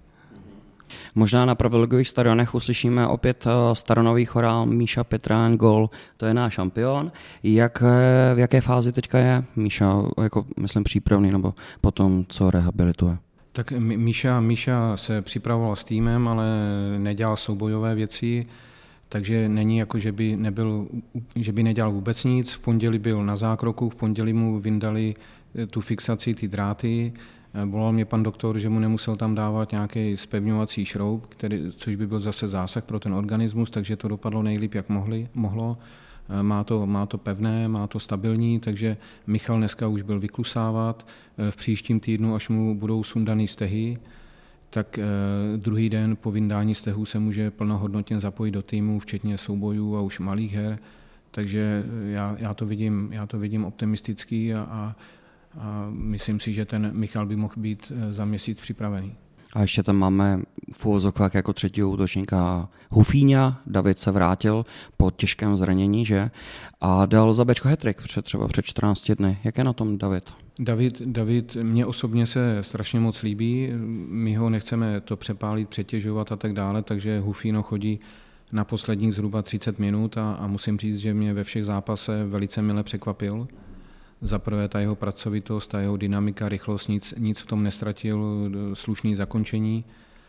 [SPEAKER 2] Možná na prvoligových stadionech uslyšíme opět staronový chorál Míša Petráň, gol, to je náš šampion. Jak, v jaké fázi teďka je Míša, jako myslím přípravný, nebo potom, co rehabilituje?
[SPEAKER 4] Tak Míša, Míša se připravoval s týmem, ale nedělal soubojové věci, takže není jako, že by, nebyl, že by nedělal vůbec nic. V pondělí byl na zákroku, v pondělí mu vyndali tu fixaci, ty dráty. Volal mě pan doktor, že mu nemusel tam dávat nějaký zpevňovací šroub, který, což by byl zase zásah pro ten organismus, takže to dopadlo nejlíp, jak mohli, mohlo. Má to, má to pevné, má to stabilní, takže Michal dneska už byl vyklusávat. V příštím týdnu, až mu budou sundaný stehy, tak druhý den po vyndání stehů se může plnohodnotně zapojit do týmu, včetně soubojů a už malých her. Takže já, já, to, vidím, já to vidím optimistický a, a A myslím si, že ten Michal by mohl být za měsíc připravený.
[SPEAKER 2] A ještě tam máme v uvozovkách jako třetího útočníka Hufíňa. David se vrátil po těžkém zranění, že? A dal za Bčko hat-trick před třeba před čtrnácti dny. Jak je na tom David?
[SPEAKER 4] David, David mně osobně se strašně moc líbí. My ho nechceme to přepálit, přetěžovat a tak dále, takže Hufíno chodí na posledních zhruba třicet minut a, a musím říct, že mě ve všech zápasech velice mile překvapil. Za prvé ta jeho pracovitost, ta jeho dynamika, rychlost, nic, nic v tom nestratil, slušný zakončení.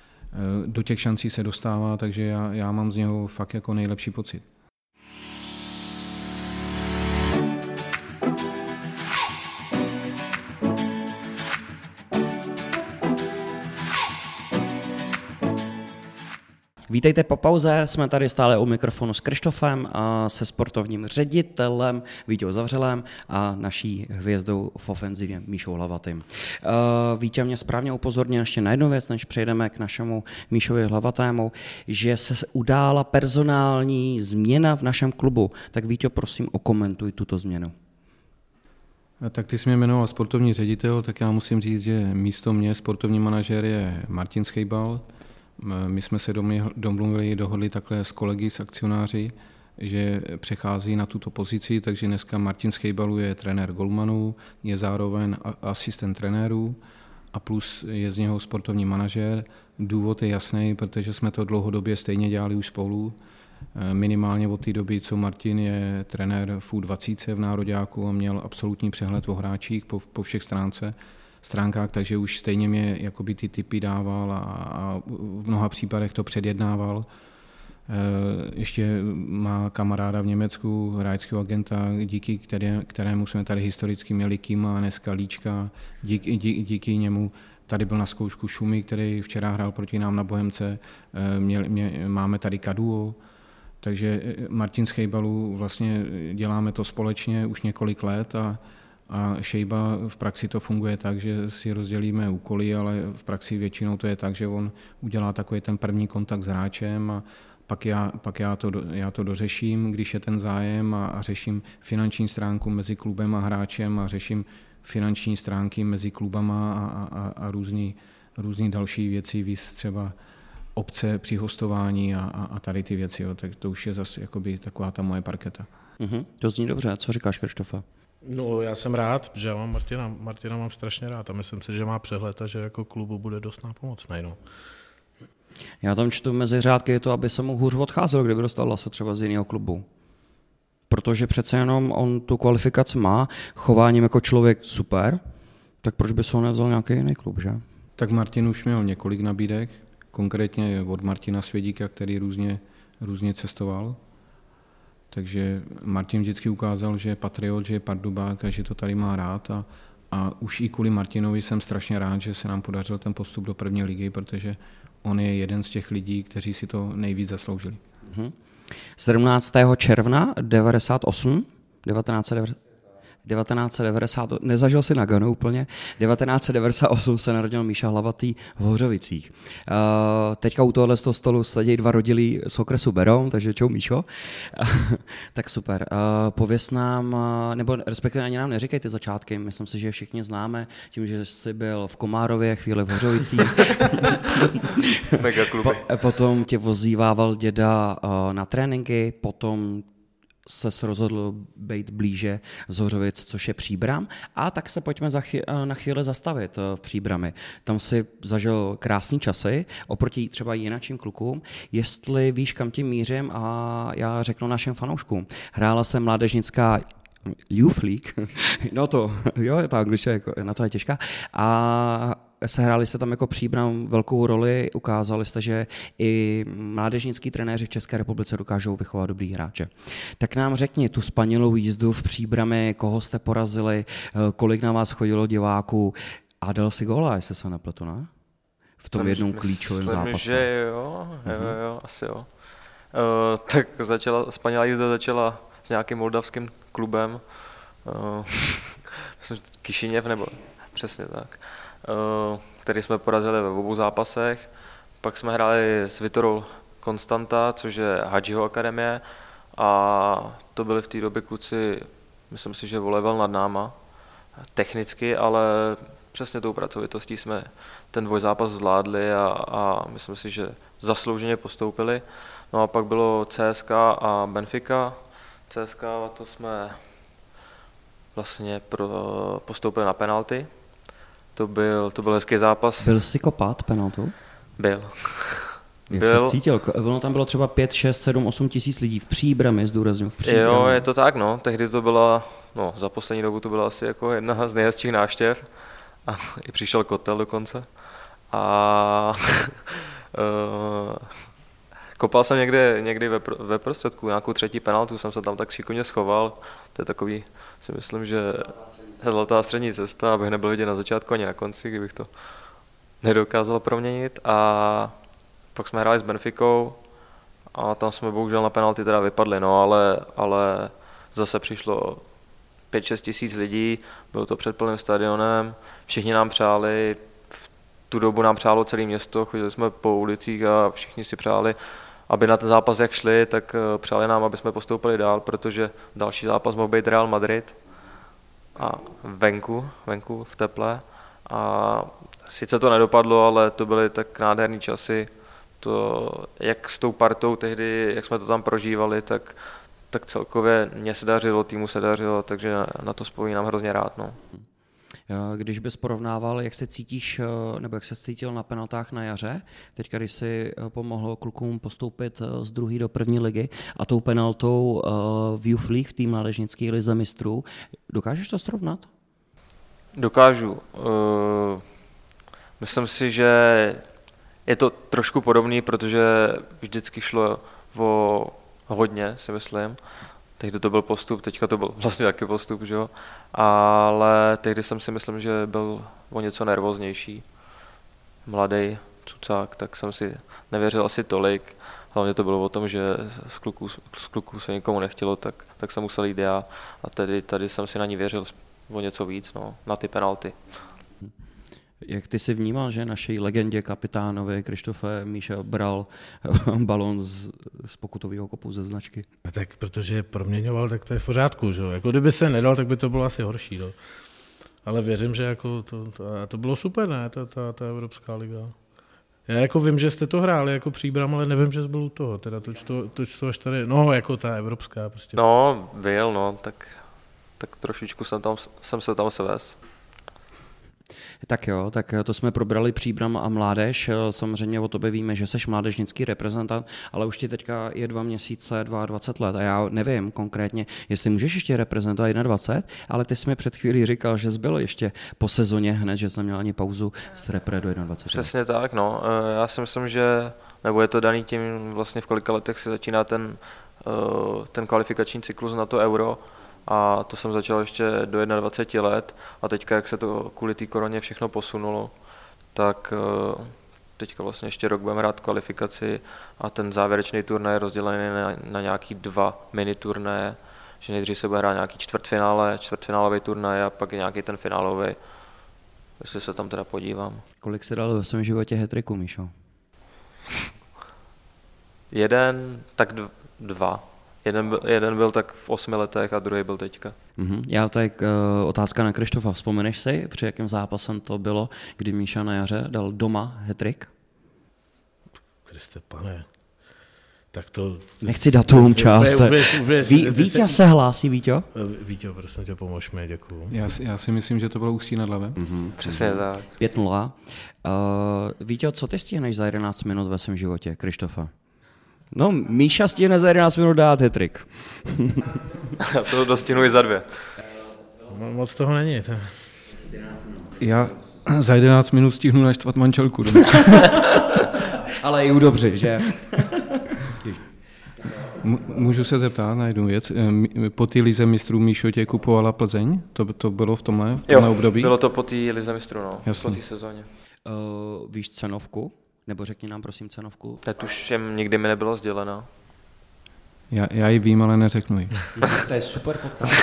[SPEAKER 4] Do těch šancí se dostává, takže já, já mám z něho fakt jako nejlepší pocit.
[SPEAKER 2] Vítejte po pauze, jsme tady stále u mikrofonu s Krištofem a se sportovním ředitelem Vítěou Zavřelem a naší hvězdou v ofenzivě Míšou Hlavatým. Vítě mě správně upozornil ještě na jednu věc, než přejdeme k našemu Míšovi Hlavatému, že se udála personální změna v našem klubu. Tak Víťo, prosím, okomentuj tuto změnu.
[SPEAKER 4] Tak ty jsi mě jmenoval sportovní ředitel, tak já musím říct, že místo mě sportovní manažer je Martin Schejbal. My jsme se domluvili, dohodli takhle s kolegy, s akcionáři, že přechází na tuto pozici, takže dneska Martin Schejbalu je trenér golmanů, je zároveň asistent trenérů a plus je z něho sportovní manažer. Důvod je jasný, protože jsme to dlouhodobě stejně dělali už spolu. Minimálně od té doby, co Martin je trenér v U dvacet v nároďáku a měl absolutní přehled o hráčích po, po všech stránce. stránkách, takže už stejně mě jakoby ty tipy dával a, a v mnoha případech to předjednával. Ještě má kamaráda v Německu, hráčského agenta, díky které, kterému jsme tady historicky měli Kima a dneska Líčka. Díky, dí, díky němu tady byl na zkoušku Šumy, který včera hrál proti nám na Bohemce. Měl, mě, máme tady Kaduo, takže Martin Schejbalu vlastně děláme to společně už několik let a A Šejba v praxi to funguje tak, že si rozdělíme úkoly, ale v praxi většinou to je tak, že on udělá takový ten první kontakt s hráčem a pak já, pak já, to, já to dořeším, když je ten zájem a, a řeším finanční stránku mezi klubem a hráčem a řeším finanční stránky mezi klubama a, a, a různý, různý další věci, víc třeba obce při hostování a, a, a tady ty věci. Jo. Tak to už je zase jakoby taková ta moje parketa.
[SPEAKER 2] Mm-hmm, to zní dobře. Co říkáš, Krištofe?
[SPEAKER 3] No, já jsem rád, že já mám Martina, Martina mám strašně rád a myslím si, že má přehled a že jako klubu bude dost nápomocný. No.
[SPEAKER 2] Já tam čtu mezi řádky je to, aby se mu hůř odcházelo, kdyby dostal laso třeba z jiného klubu. Protože přece jenom on tu kvalifikaci má, chováním jako člověk super, tak proč by se ho nevzal nějaký jiný klub, že?
[SPEAKER 4] Tak Martin už měl několik nabídek, konkrétně od Martina Svědíka, který různě, různě cestoval. Takže Martin vždycky ukázal, že je patriot, že je pardubák a že to tady má rád a, a už i kvůli Martinovi jsem strašně rád, že se nám podařil ten postup do první ligy, protože on je jeden z těch lidí, kteří si to nejvíc zasloužili.
[SPEAKER 2] Mm-hmm. sedmnáctého června devadesát osm, devatenáct set devadesát, nezažil si Nagano úplně, devatenáct set devadesát osm se narodil Míša Hlavatý v Hořovicích. Uh, teďka u tohohle z toho stolu sedí dva rodilí z okresu Beroun, takže čau Míšo. Tak super. Uh, pověz nám, uh, nebo respektive ani nám neříkej ty začátky, myslím si, že je všichni známe, tím, že jsi byl v Komárově, chvíli v Hořovicích.
[SPEAKER 5] Mega kluby.
[SPEAKER 2] Po, potom tě vozívával děda uh, na tréninky, potom se rozhodl být blíže z Hořovic, což je Příbram. A tak se pojďme za chy, na chvíli zastavit v Příbrami. Tam si zažil krásný časy, oproti třeba jinačím klukům. Jestli víš, kam tím mířím, a já řeknu našim fanouškům. Hrála se mládežnická Youth League, no to, jo, ta angličtina jako, na to je těžká, a sehráli jste tam jako Příbram velkou roli, ukázali jste, že i mládežnický trenéři v České republice dokážou vychovat dobrý hráče. Tak nám řekni tu spanilou jízdu v Příbrami, koho jste porazili, kolik na vás chodilo diváků a dal si góla, jestli se nepletu, ne? V tom jednom klíčovém zápase.
[SPEAKER 5] Že jo, jo, jo, jo, asi jo. Uh, tak začala, spanilá jízda začala s nějakým moldavským klubem, uh, myslím, Kišiněv, nebo přesně tak, uh, který jsme porazili ve obou zápasech. Pak jsme hráli s Vitorou Konstanta, což je Hadžiho akademie, a to byli v té době kluci, myslím si, že o level nad náma, technicky, ale přesně tou pracovitostí jsme ten dvojzápas zvládli a, a myslím si, že zaslouženě postoupili. No a pak bylo C S K A a Benfica. C S K A to jsme vlastně pro, postoupili na penalty. To byl, to byl hezký zápas.
[SPEAKER 2] Byl jsi kopat penaltu?
[SPEAKER 5] Byl.
[SPEAKER 2] Jak
[SPEAKER 5] byl.
[SPEAKER 2] se cítil? Ono tam bylo třeba pět, šest, sedm, osm tisíc lidí v Příbrami, zdůrazňuji, v Příbrami.
[SPEAKER 5] Jo, je to tak, no. Tehdy to byla, no, za poslední dobu to byla asi jako jedna z nejhezčích návštěv. A i přišel kotel dokonce. A kopal jsem někde, někdy ve, ve prostředku, nějakou třetí penaltu jsem se tam tak šikovně schoval. To je takový, si myslím, že zlatá střední cesta, abych nebyl vidět na začátku ani na konci, kdybych to nedokázal proměnit. A pak jsme hráli s Benficou a tam jsme bohužel na penalty teda vypadli, no, ale, ale zase přišlo pět šest tisíc lidí, bylo to před plným stadionem, všichni nám přáli, v tu dobu nám přálo celé město, chodili jsme po ulicích a všichni si přáli, aby na ten zápas jak šli, tak přáli nám, aby jsme postoupili dál, protože další zápas mohl být Real Madrid a venku, venku v teple. A sice to nedopadlo, ale to byly tak nádherný časy, to jak s tou partou tehdy, jak jsme to tam prožívali, tak tak celkově mně se dařilo, týmu se dařilo, takže na to vzpomínám hrozně rád. No.
[SPEAKER 2] Když bys porovnával, jak se cítíš, nebo jak se cítil na penaltách na jaře, teďka když si pomohl klukům postoupit z druhé do první ligy a tou penaltou v Youth League, v té mládežnické lize mistrů, dokážeš to srovnat?
[SPEAKER 5] Dokážu. Myslím si, že je to trošku podobný, protože vždycky šlo o hodně, si myslím. Tehdy to byl postup, teďka to byl vlastně taky postup, že jo. Ale tehdy jsem si myslím, že byl o něco nervóznější. Mladý cucák, tak jsem si nevěřil asi tolik. Hlavně to bylo o tom, že z kluků, z kluků se nikomu nechtělo, tak, tak jsem musel jít já. A tedy tady jsem si na ní věřil o něco víc, no, na ty penalty.
[SPEAKER 2] Jak ty si vnímal, že naší legendě kapitánovi Krištofe Míša bral balón z, z pokutového kopu ze značky?
[SPEAKER 3] Tak protože proměňoval, tak to je v pořádku, že? Jako kdyby se nedal, tak by to bylo asi horší. No. Ale věřím, že jako to, to, to bylo super, ne, ta, ta, ta Evropská liga. Já jako vím, že jste to hráli jako Příbram, ale nevím, že jsi byl u toho, teda toč to, toč to až tady, no jako ta Evropská prostě.
[SPEAKER 5] No, byl, no, tak, tak trošičku jsem, tam, jsem se tam svez.
[SPEAKER 2] Tak jo, tak to jsme probrali Příbram a mládež. Samozřejmě o tobě víme, že jsi mládežnický reprezentant, ale už ti teďka je dva měsíce, dvacet dva let a já nevím konkrétně, jestli můžeš ještě reprezentovat dvacet jedna, ale ty jsi mi před chvílí říkal, že jsi byl ještě po sezóně hned, že jsi neměl ani pauzu z repre do dvacet jedna.
[SPEAKER 5] Přesně tak, no. Já si myslím, že, nebo je to daný tím vlastně v kolika letech se začíná ten ten kvalifikační cyklus na to Euro a to jsem začal ještě do dvaceti jedné let a teďka, jak se to kvůli té koroně všechno posunulo, tak teďka vlastně ještě rok budeme hrát kvalifikaci a ten závěrečný turnaj je rozdělený na, na nějaký dva mini turnaje, že nejdřív se bude hrát nějaký čtvrtfinále, čtvrtfinálový turnaj a pak je nějaký ten finálový, jestli se tam teda podívám.
[SPEAKER 2] Kolik se dalo ve svém životě hat-tricku, Míšo?
[SPEAKER 5] Jeden, tak dva. Jeden byl, jeden byl tak v osmi letech a druhý byl teďka.
[SPEAKER 2] Mm-hmm. Já tak uh, otázka na Krištofa. Vzpomeneš si, při jakém zápasem to bylo, kdy Míša na jaře dal doma hat-trick?
[SPEAKER 3] Kriste pane, tak to...
[SPEAKER 2] Nechci datum, část. Ví, Víťa se hlásí, Víťo?
[SPEAKER 3] Víťo, prosím tě, pomož mi, děkuju.
[SPEAKER 4] Já, já si myslím, že to bylo Ústí nad Labem.
[SPEAKER 2] Mm-hmm.
[SPEAKER 5] Přesně mm-hmm. tak.
[SPEAKER 2] pět nula. Uh, Víťo, co ty stihneš za jedenáct minut ve svém životě, Krištofa? No, Míša stihne za jedenáct minut dát hat-trick.
[SPEAKER 5] Já to dostihnu i za dvě.
[SPEAKER 3] No, moc toho není. To...
[SPEAKER 4] Já za jedenáct minut stihnu naštvat manželku.
[SPEAKER 2] Ale i dobře, že?
[SPEAKER 4] Můžu se zeptat na jednu věc. Po té lize mistrů Míšo tě kupovala Plzeň? To, to bylo v tomhle, v tomhle
[SPEAKER 5] jo,
[SPEAKER 4] období?
[SPEAKER 5] Bylo to po té lize mistrů, no.
[SPEAKER 4] Jasný.
[SPEAKER 5] Po té sezóně.
[SPEAKER 2] Uh, víš cenovku? Nebo řekni nám prosím cenovku.
[SPEAKER 5] Netuším, nikdy mi nebylo sdělena.
[SPEAKER 4] Já, já ji vím, ale neřeknu ji.
[SPEAKER 2] To je super podcast.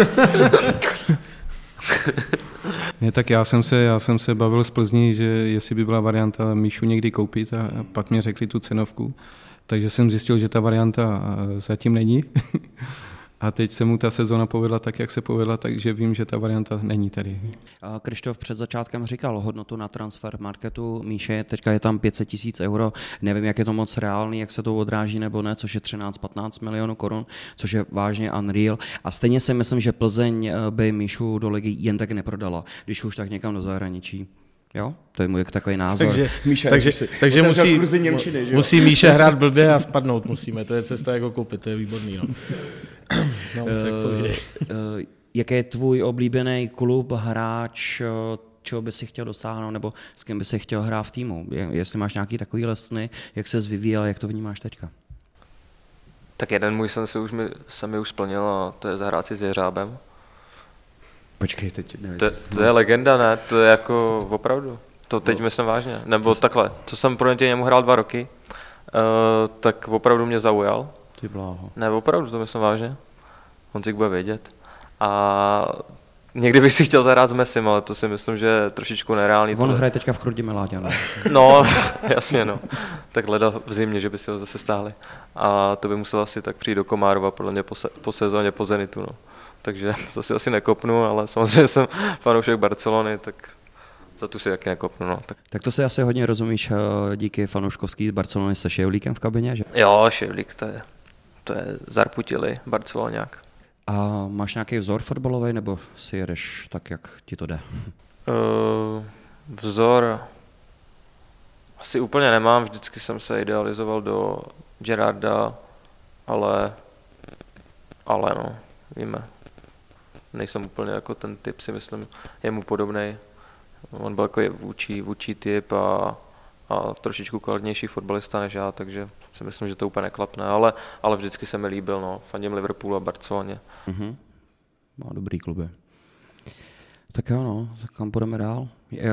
[SPEAKER 4] Ne, tak já jsem, se, já jsem se bavil z Plzní, že jestli by byla varianta Míšu někdy koupit a, a pak mě řekli tu cenovku. Takže jsem zjistil, že ta varianta zatím není. A teď se mu ta sezona povedla tak, jak se povedla, takže vím, že ta varianta není tady.
[SPEAKER 2] Krištof před začátkem říkal hodnotu na transfer marketu Míše, teďka je tam pět set tisíc euro, nevím, jak je to moc reálný, jak se to odráží nebo ne, což je třináct patnáct milionů korun, což je vážně unreal. A stejně si myslím, že Plzeň by Míšu do ligy jen tak neprodala, když už tak někam do zahraničí. Jo, to je můj takový názor.
[SPEAKER 3] Takže,
[SPEAKER 2] Míša,
[SPEAKER 3] takže,
[SPEAKER 2] si,
[SPEAKER 3] takže musí,
[SPEAKER 2] Němčiny, že jo?
[SPEAKER 3] musí Míša hrát blbě a spadnout musíme, to je cesta jako koupit, to je výborný. No. No, tak
[SPEAKER 2] uh, uh, jaký je tvůj oblíbený klub, hráč, čeho by si chtěl dosáhnout, nebo s kým by si chtěl hrát v týmu? Je, jestli máš nějaký takový sny, jak se vyvíjel, jak to vnímáš teďka?
[SPEAKER 5] Tak jeden můj sen se, už mi, se mi už splnil a to je zahrát si s Jeřábem.
[SPEAKER 2] Počkej, teď nevím.
[SPEAKER 5] To, to je legenda, ne? To je jako opravdu. To teď no. myslím vážně. Nebo to takhle, co jsem pro němu hrál dva roky, uh, tak opravdu mě zaujal.
[SPEAKER 2] Ty bláho.
[SPEAKER 5] Ne, opravdu, to myslím vážně. On si bude vědět. A někdy bych si chtěl zahrát s Messim, ale to si myslím, že je trošičku nereálný.
[SPEAKER 2] On
[SPEAKER 5] tohle.
[SPEAKER 2] hraje teďka v Chrudimi Mládě, ne?
[SPEAKER 5] No, jasně, no. Tak leda v zimě, že by si ho zase stáhli. A to by musel asi tak přijít do Komárova, podle mě po, se, po sezóně, po Zenitu, no. Takže to si asi nekopnu, ale samozřejmě jsem fanoušek Barcelony, tak za tu si taky nekopnu. No. Tak.
[SPEAKER 2] tak to si asi hodně rozumíš díky fanouškovský Barcelony se Ševlíkem v kabině, že?
[SPEAKER 5] Jo, Ševlík, to je, to je zarputilý Barceloňák.
[SPEAKER 2] A máš nějaký vzor fotbalový, nebo si jedeš tak, jak ti to jde?
[SPEAKER 5] Uh, vzor asi úplně nemám, vždycky jsem se idealizoval do Gerarda, ale, ale no, víme. Nejsem úplně jako ten typ, si myslím, je mu podobnej. On byl jako vůči, vůči typ a, a trošičku kvalitnější fotbalista než já, takže si myslím, že to úplně neklapne, ale, ale vždycky se mi líbil, no, fandím Liverpoolu a Barceloně.
[SPEAKER 2] Mhm. Má dobrý kluby. Tak jo, no, tak kam půjdeme dál?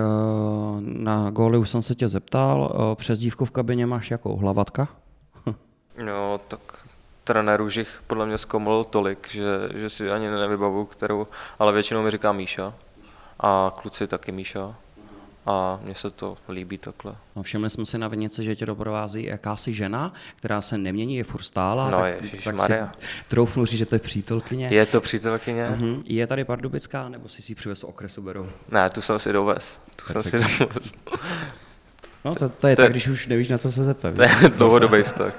[SPEAKER 2] Na góly už jsem se tě zeptal, přezdívku v kabině máš jakou? Hlavatka?
[SPEAKER 5] No, tak trenér už jich podle mě zkomolil tolik, že, že si ani nevybavu, kterou, ale většinou mi říká Míša a kluci taky Míša a mně se to líbí takhle.
[SPEAKER 2] No, všimli jsme si na vinici, že tě doprovází jakási žena, která se nemění, je furt stála.
[SPEAKER 5] No,
[SPEAKER 2] tak, tak si troufnu říct, že to je přítelkyně.
[SPEAKER 5] Je to přítelkyně.
[SPEAKER 2] Uh-huh. Je tady Pardubická, nebo jsi si ji přivez z okresu Berou?
[SPEAKER 5] Ne, tu jsem si dovez. Tu jsem si dovez.
[SPEAKER 2] No to, to je to tak, je, když už nevíš, na co se zeptat.
[SPEAKER 5] To je dlouhodobý vztah.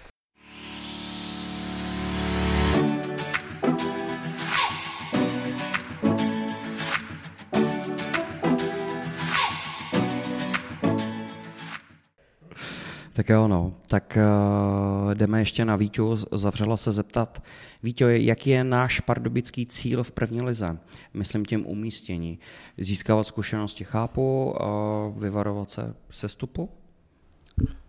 [SPEAKER 2] Tak jo, no. Tak uh, jdeme ještě na Víťu. Zavřela se zeptat. Víťo, jaký je náš pardubický cíl v první lize? Myslím tím umístění. Získávat zkušenosti chápu, uh, vyvarovat se sestupu?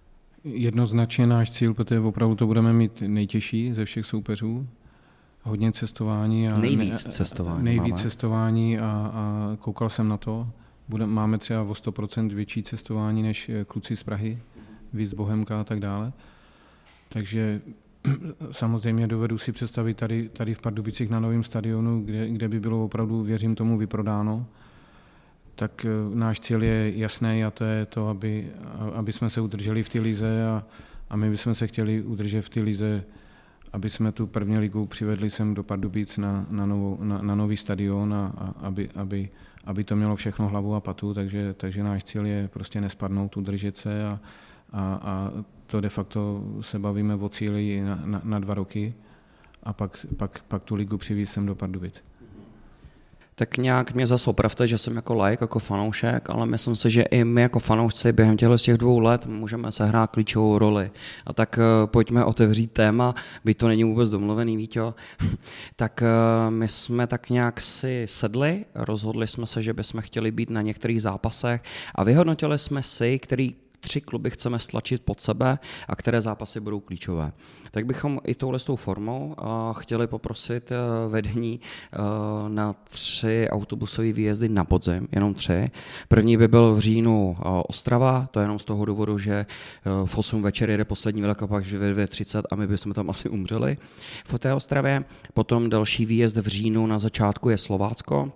[SPEAKER 4] jednoznačně náš cíl, protože opravdu to budeme mít nejtěžší ze všech soupeřů. Hodně cestování. A
[SPEAKER 2] nejvíc cestování
[SPEAKER 4] Nejvíc
[SPEAKER 2] máme.
[SPEAKER 4] cestování a, a koukal jsem na to. Bude, máme třeba o sto procent větší cestování než kluci z Prahy, víc Bohemka a tak dále. Takže samozřejmě dovedu si představit tady, tady v Pardubicích na novém stadionu, kde, kde by bylo opravdu, věřím tomu, vyprodáno. Tak náš cíl je jasný a to je to, aby, aby jsme se udrželi v té lize a, a my bychom se chtěli udržet v té lize, aby jsme tu první ligu přivedli sem do Pardubic na, na, novou, na, na nový stadion a, a aby, aby, aby to mělo všechno hlavu a patu, takže, takže náš cíl je prostě nespadnout, udržet se a, a, a to de facto se bavíme o cíli na, na, na dva roky a pak, pak, pak tu ligu přivést sem do Pardubic.
[SPEAKER 2] Tak nějak mě zase opravte, že jsem jako laik, jako fanoušek, ale myslím si, že i my jako fanoušci během těchto z těch dvou let můžeme sehrát klíčovou roli. A tak uh, pojďme otevřít téma, byť to není vůbec domluvený, Víťo. Tak uh, my jsme tak nějak si sedli, rozhodli jsme se, že bychom chtěli být na některých zápasech a vyhodnotili jsme si, který tři kluby chceme stlačit pod sebe a které zápasy budou klíčové. Tak bychom i touhle formou chtěli poprosit vedení na tři autobusové výjezdy na podzim, jenom tři. První by byl v říjnu Ostrava, to je jenom z toho důvodu, že v osm večer jede poslední velkopak ve dvě třicet a my bychom tam asi umřeli v té Ostravě. Potom další výjezd v říjnu na začátku je Slovácko.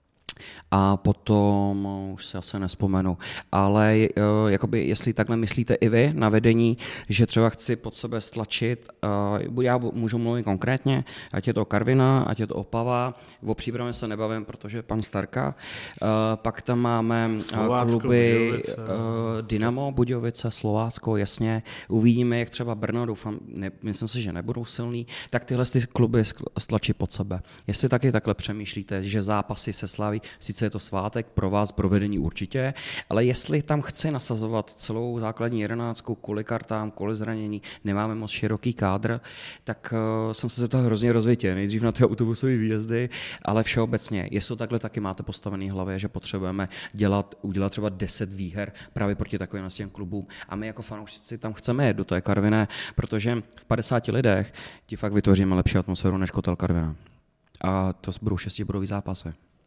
[SPEAKER 2] A potom, už si asi nespomenu, ale jakoby, jestli takhle myslíte i vy na vedení, že třeba chci pod sebe stlačit, já můžu mluvit konkrétně, ať je to Karviná, ať je to Opava, o přípravě se nebavím, protože pan Starka, pak tam máme Slovácko, kluby Budějovice. Dynamo, Budějovice, Slovácko, jasně, uvidíme, jak třeba Brno, doufám, ne, myslím si, že nebudou silný, tak tyhle ty kluby stlačí pod sebe. Jestli taky takhle přemýšlíte, že zápasy se slaví, sice je to svátek, pro vás, pro vedení určitě, ale jestli tam chci nasazovat celou základní jedenáctku, kvůli kartám, kvůli zranění, nemáme moc široký kádr, tak uh, jsem se toho hrozně rozvětěl. Nejdřív na ty autobusové výjezdy, ale všeobecně, jestli takhle taky máte postavený hlavě, že potřebujeme dělat, udělat třeba deset výher právě proti takovým těm klubům a my jako fanoušci tam chceme jet do té Karviné, protože v padesáti lidech ti fakt vytvoříme lepší atmosféru než Kotel Karviná. A to budou šestibodový zápasy.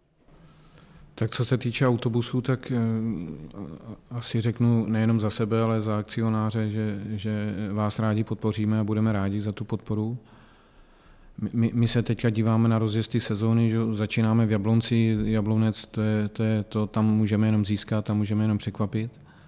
[SPEAKER 4] Tak co se týče autobusů, tak asi řeknu nejenom za sebe, ale za akcionáře, že, že vás rádi podpoříme a budeme rádi za tu podporu. My, my se teďka díváme na rozjezdy sezóny, že začínáme v Jablonci, Jablonec, to, je, to, je, to tam můžeme jenom získat, tam můžeme jenom překvapit.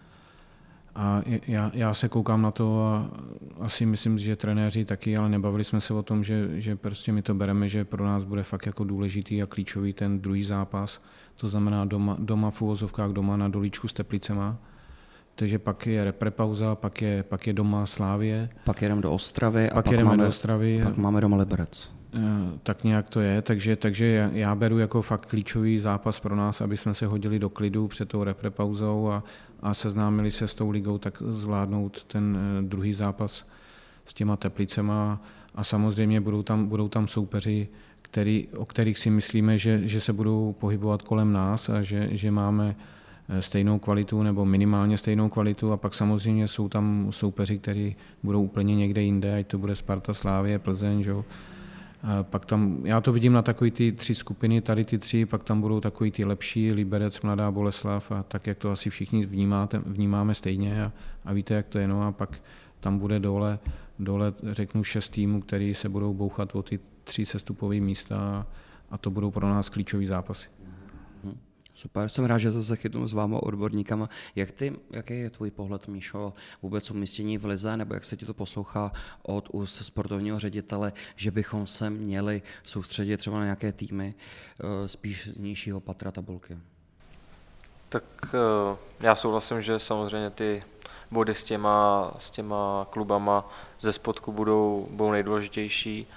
[SPEAKER 4] A já, já se koukám na to a asi myslím, že trenéři taky, ale nebavili jsme se o tom, že, že prostě my to bereme, že pro nás bude fakt jako důležitý a klíčový ten druhý zápas. To znamená doma, doma v uvozovkách, doma na Dolíčku s Teplicema. Takže pak je reprepauza, pak je, pak je doma Slávie.
[SPEAKER 2] Pak jedeme do Ostravy
[SPEAKER 4] pak
[SPEAKER 2] a pak máme,
[SPEAKER 4] do Ostravy,
[SPEAKER 2] pak máme doma Liberec.
[SPEAKER 4] Tak nějak to je, takže, takže já beru jako fakt klíčový zápas pro nás, aby jsme se hodili do klidu před tou reprepauzou a, a seznámili se s tou ligou, tak zvládnout ten druhý zápas s těma Teplicema a samozřejmě budou tam, budou tam soupeři, který, o kterých si myslíme, že, že se budou pohybovat kolem nás a že, že máme stejnou kvalitu nebo minimálně stejnou kvalitu a pak samozřejmě jsou tam soupeři, kteří budou úplně někde jinde, ať to bude Sparta, Slávie, Plzeň, že? Pak tam, já to vidím na takové ty tři skupiny, tady ty tři, pak tam budou takový ty lepší, Liberec, Mladá Boleslav a tak, jak to asi všichni vnímáte, vnímáme stejně a, a víte, jak to je, no a pak tam bude dole, dole řeknu šest týmů, který se budou bouchat o ty tři sestupové místa a to budou pro nás klíčový zápasy.
[SPEAKER 2] Super, jsem rád, že jsem se chytnul s váma odborníkama. Jak ty, jaký je tvůj pohled, Míšo, vůbec umístění v lize, nebo jak se ti to poslouchá od úst sportovního ředitele, že bychom se měli soustředit třeba na nějaké týmy spíš nižšího patra tabulky?
[SPEAKER 5] Tak já souhlasím, že samozřejmě ty body s těma, s těma klubama ze spodku budou, budou nejdůležitější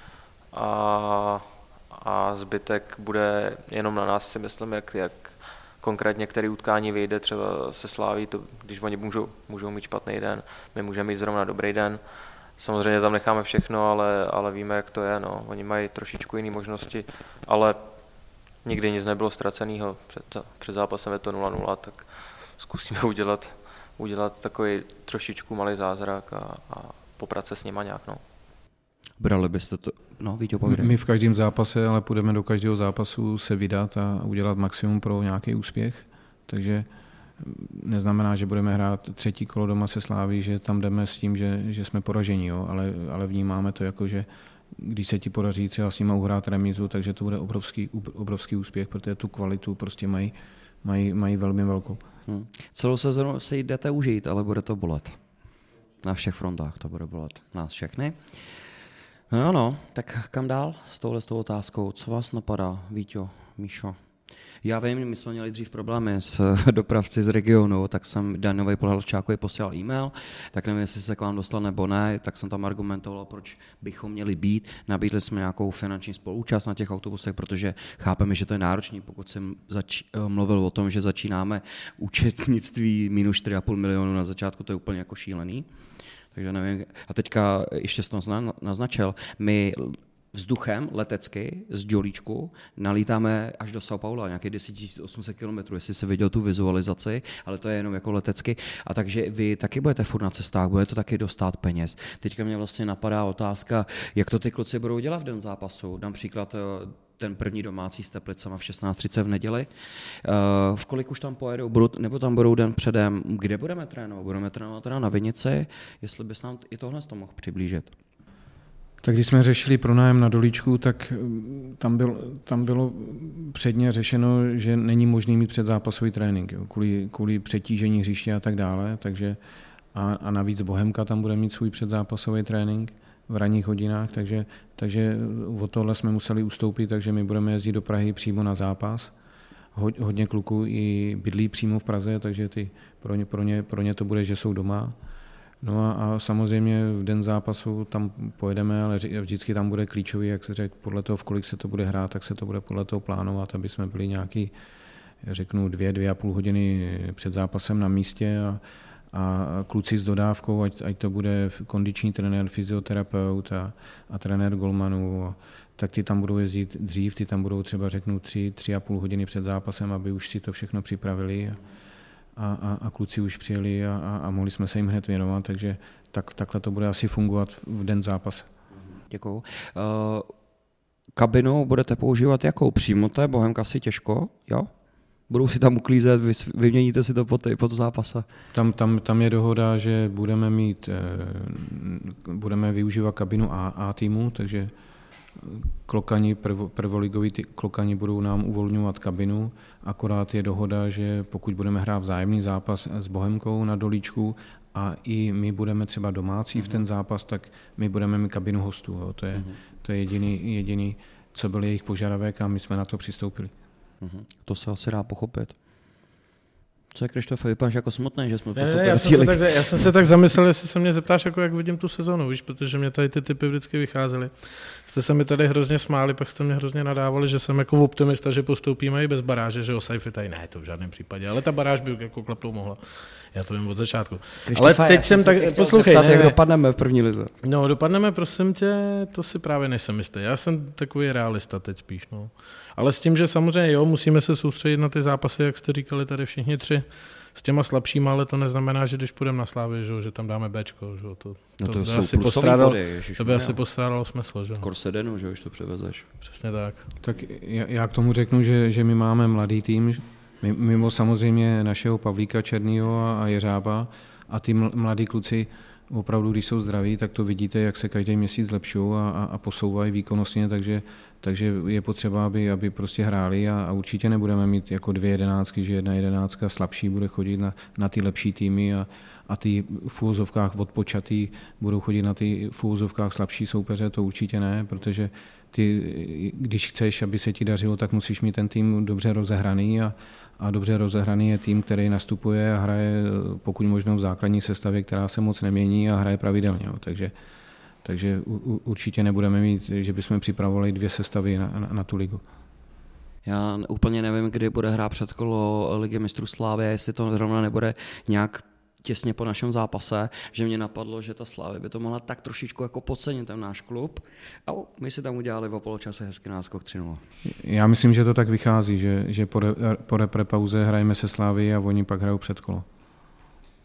[SPEAKER 5] a, a zbytek bude jenom na nás, si myslím, jak, jak konkrétně který utkání vyjde, třeba se Sláví, to, když oni můžou, můžou mít špatný den, my můžeme mít zrovna dobrý den. Samozřejmě tam necháme všechno, ale, ale víme, jak to je. No. Oni mají trošičku jiné možnosti, ale nikdy nic nebylo ztraceného. Před, před zápasem je to nula nula, tak zkusíme udělat udělat takový trošičku malý zázrak a, a poprat se s nima nějak. No.
[SPEAKER 2] Brali byste to? No, Víťo, povídej.
[SPEAKER 4] My v každém zápase, ale půjdeme do každého zápasu se vydat a udělat maximum pro nějaký úspěch, takže neznamená, že budeme hrát třetí kolo doma se Sláví, že tam jdeme s tím, že, že jsme poražení, jo? Ale, ale vnímáme to jako, že když se ti podaří třeba s nimi uhrát remízu, takže to bude obrovský, obrovský úspěch, protože tu kvalitu prostě mají, mají, mají velmi velkou.
[SPEAKER 2] Hmm. Celou sezonu si jdete užít, ale bude to bolet. Na všech frontách to bude bolet. Nás všechny. No jo, no, tak kam dál s touhle s tou otázkou? Co vás napadá, Víťo, Míšo? Já vím, my jsme měli dřív problémy s dopravci z regionu, tak jsem Danovi Podhalčákovi posílal e-mail, tak nevím, jestli se k vám dostal nebo ne, tak jsem tam argumentoval, proč bychom měli být. Nabídli jsme nějakou finanční spoluúčast na těch autobusech, protože chápeme, že to je náročný. Pokud jsem zač- mluvil o tom, že začínáme účetnictví minus čtyři a půl milionu na začátku, to je úplně jako šílený. Takže nevím. A teďka ještě jsem to naznačil, my vzduchem letecky z Dělíčku nalítáme až do São Paula, nějakých deset tisíc osm set kilometrů, jestli se viděl tu vizualizaci, ale to je jenom jako letecky. A takže vy taky budete furt na cestách, bude to taky dostat peněz. Teďka mě vlastně napadá otázka, jak to ty kluci budou dělat v den zápasu. Dám příklad ten první domácí s Teplicema v šestnáct třicet v neděli. V kolik už tam pojedou, budou, nebo tam budou den předem, kde budeme trénovat? Budeme trénovat teda na Vinici, jestli bys nám i tohle to mohl přiblížit.
[SPEAKER 4] Tak když jsme řešili pronájem na Dolíčku, tak tam, byl, tam bylo předně řešeno, že není možný mít předzápasový trénink, jo, kvůli, kvůli přetížení hřiště a tak dále. Takže a, a navíc Bohemka tam bude mít svůj předzápasový trénink v ranních hodinách, takže, takže od tohle jsme museli ustoupit, takže my budeme jezdit do Prahy přímo na zápas. Hodně kluků i bydlí přímo v Praze, takže ty, pro, ně, pro, ně, pro ně to bude, že jsou doma. No a, a samozřejmě v den zápasu tam pojedeme, ale vždycky tam bude klíčový, jak se řekl, podle toho, v kolik se to bude hrát, tak se to bude podle toho plánovat, aby jsme byli nějaký, řeknu, dvě, dvě a půl hodiny před zápasem na místě a, a kluci s dodávkou, ať, ať to bude kondiční trenér, fyzioterapeut a, a trenér golmanů, tak ty tam budou jezdit dřív, ty tam budou třeba, řeknu, tři, tři a půl hodiny před zápasem, aby už si to všechno připravili. A, A, a, a kluci už přijeli a, a, a mohli jsme se jim hned věnovat, takže tak, takhle to bude asi fungovat v den zápase.
[SPEAKER 2] Děkuju. Uh, kabinu budete používat jakou? Přímo to je Bohemka asi těžko, jo? Budou si tam uklízet, vy, vyměníte si to po, ty, po zápase?
[SPEAKER 4] Tam, tam, tam je dohoda, že budeme mít, eh, budeme využívat kabinu A, A týmu, takže klokani, prvo, prvoligoví ty klokani budou nám uvolňovat kabinu, akorát je dohoda, že pokud budeme hrát vzájemný zápas s Bohemkou na Dolíčku a i my budeme třeba domácí v ten zápas, tak my budeme mít kabinu hostů. Jo. To je, to je jediný, jediný, co byl jejich požadavek a my jsme na to přistoupili.
[SPEAKER 2] To se asi dá pochopit. Co je, Krištofe, vypadáš jako smutný, že jsme
[SPEAKER 3] ne, ne, já, jsem se tak, já jsem se tak zamyslel, jestli se mě zeptáš, jako jak vidím tu sezonu, víš, protože mě tady ty typy vždycky vycházely. Jste se mi tady hrozně smáli, pak jste mě hrozně nadávali, že jsem jako optimista, že postoupíme i bez baráže, že o Saifi tady ne, to v žádném případě, ale ta baráž by jako klepnou mohla. Já to vím od začátku.
[SPEAKER 2] Krištofe,
[SPEAKER 3] ale teď jsem tak, poslouchej,
[SPEAKER 2] zeptat,
[SPEAKER 3] ne,
[SPEAKER 2] jak
[SPEAKER 3] ne.
[SPEAKER 2] dopadneme v první lize.
[SPEAKER 3] No, dopadneme, prosím tě, to si právě nejsem jistý. Já jsem takový realista teď spíš, no. Ale s tím, že samozřejmě jo, musíme se soustředit na ty zápasy, jak jste říkali tady všichni tři, s těma slabšíma, ale to neznamená, že když půjdeme na Slávy, že, že tam dáme Bčko, že to, to,
[SPEAKER 2] no to,
[SPEAKER 3] to
[SPEAKER 2] jsou
[SPEAKER 3] asi postrádal,
[SPEAKER 2] body,
[SPEAKER 3] to by asi postrádalo smysl, že?
[SPEAKER 2] Korsedenu, že už to převezeš.
[SPEAKER 3] Přesně tak.
[SPEAKER 4] Tak já k tomu řeknu, že, že my máme mladý tým, mimo samozřejmě našeho Pavlíka Černýho a, a Jeřába a ty mladí kluci opravdu, když jsou zdraví, tak to vidíte, jak se každý měsíc zlepšují a, a, a posouvají výkonnostně, takže, takže je potřeba, aby, aby prostě hráli a, a určitě nebudeme mít jako dvě jedenáctky, že jedna jedenáctka slabší bude chodit na, na ty lepší týmy a, a ty v úvozovkách odpočatý budou chodit na ty v úvozovkách slabší soupeře, to určitě ne, protože ty, když chceš, aby se ti dařilo, tak musíš mít ten tým dobře rozehraný a, a dobře rozehraný je tým, který nastupuje a hraje pokud možno v základní sestavě, která se moc nemění a hraje pravidelně. Jo. Takže, takže u, určitě nebudeme mít, že bychom připravovali dvě sestavy na, na, na tu ligu.
[SPEAKER 2] Já úplně nevím, kdy bude hrát předkolo Ligy mistrů Slávie, jestli to zrovna nebude nějak těsně po našem zápase, že mě napadlo, že ta Slávy by to mohla tak trošičku jako podcenit ten náš klub a my si tam udělali v poločase hezký náskok tři nula.
[SPEAKER 4] Já myslím, že to tak vychází, že, že po, re, po repre pauze hrajeme se Slávy a oni pak hrajou předkolo.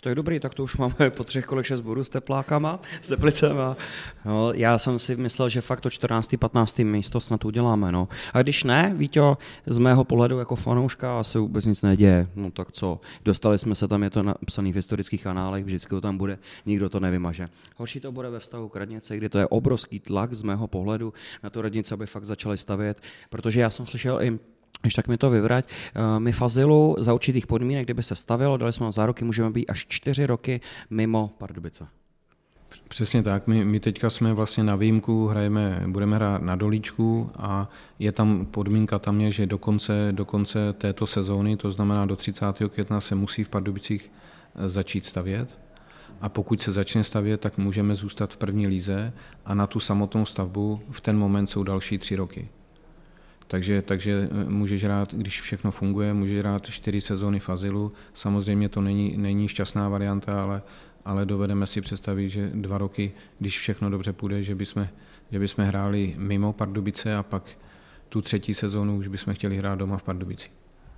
[SPEAKER 2] To je dobrý, tak to už máme po třech kolech šest bodů s Teplákama, s Teplicema. No, já jsem si myslel, že fakt to čtrnácté patnácté místo snad uděláme. No. A když ne, Víťo, z mého pohledu jako fanouška se vůbec nic neděje. No tak co, dostali jsme se tam, je to napsaný v historických análech, vždycky to tam bude, nikdo to nevymaže. Horší to bude ve vztahu k Radnici, kdy to je obrovský tlak z mého pohledu na tu Radnici, aby fakt začali stavět, protože já jsem slyšel i Když tak mi to vyvrať. My Fazilu za určitých podmínek, kdyby se stavilo, dali jsme záruky, můžeme být až čtyři roky mimo Pardubice.
[SPEAKER 4] Přesně tak. My, my teďka jsme vlastně na výjimku, hrajeme, budeme hrát na dolíčku a je tam podmínka tam je, že do konce, do konce této sezóny, to znamená do třicátého května, se musí v Pardubicích začít stavět. A pokud se začne stavět, tak můžeme zůstat v první lize a na tu samotnou stavbu v ten moment jsou další tři roky. Takže, takže můžeš hrát, když všechno funguje, můžeš hrát čtyři sezóny Fazilu. Samozřejmě to není, není šťastná varianta, ale, ale dovedeme si představit, že dva roky, když všechno dobře půjde, že bychom, že bychom hráli mimo Pardubice a pak tu třetí sezónu už bychom chtěli hrát doma v Pardubicích.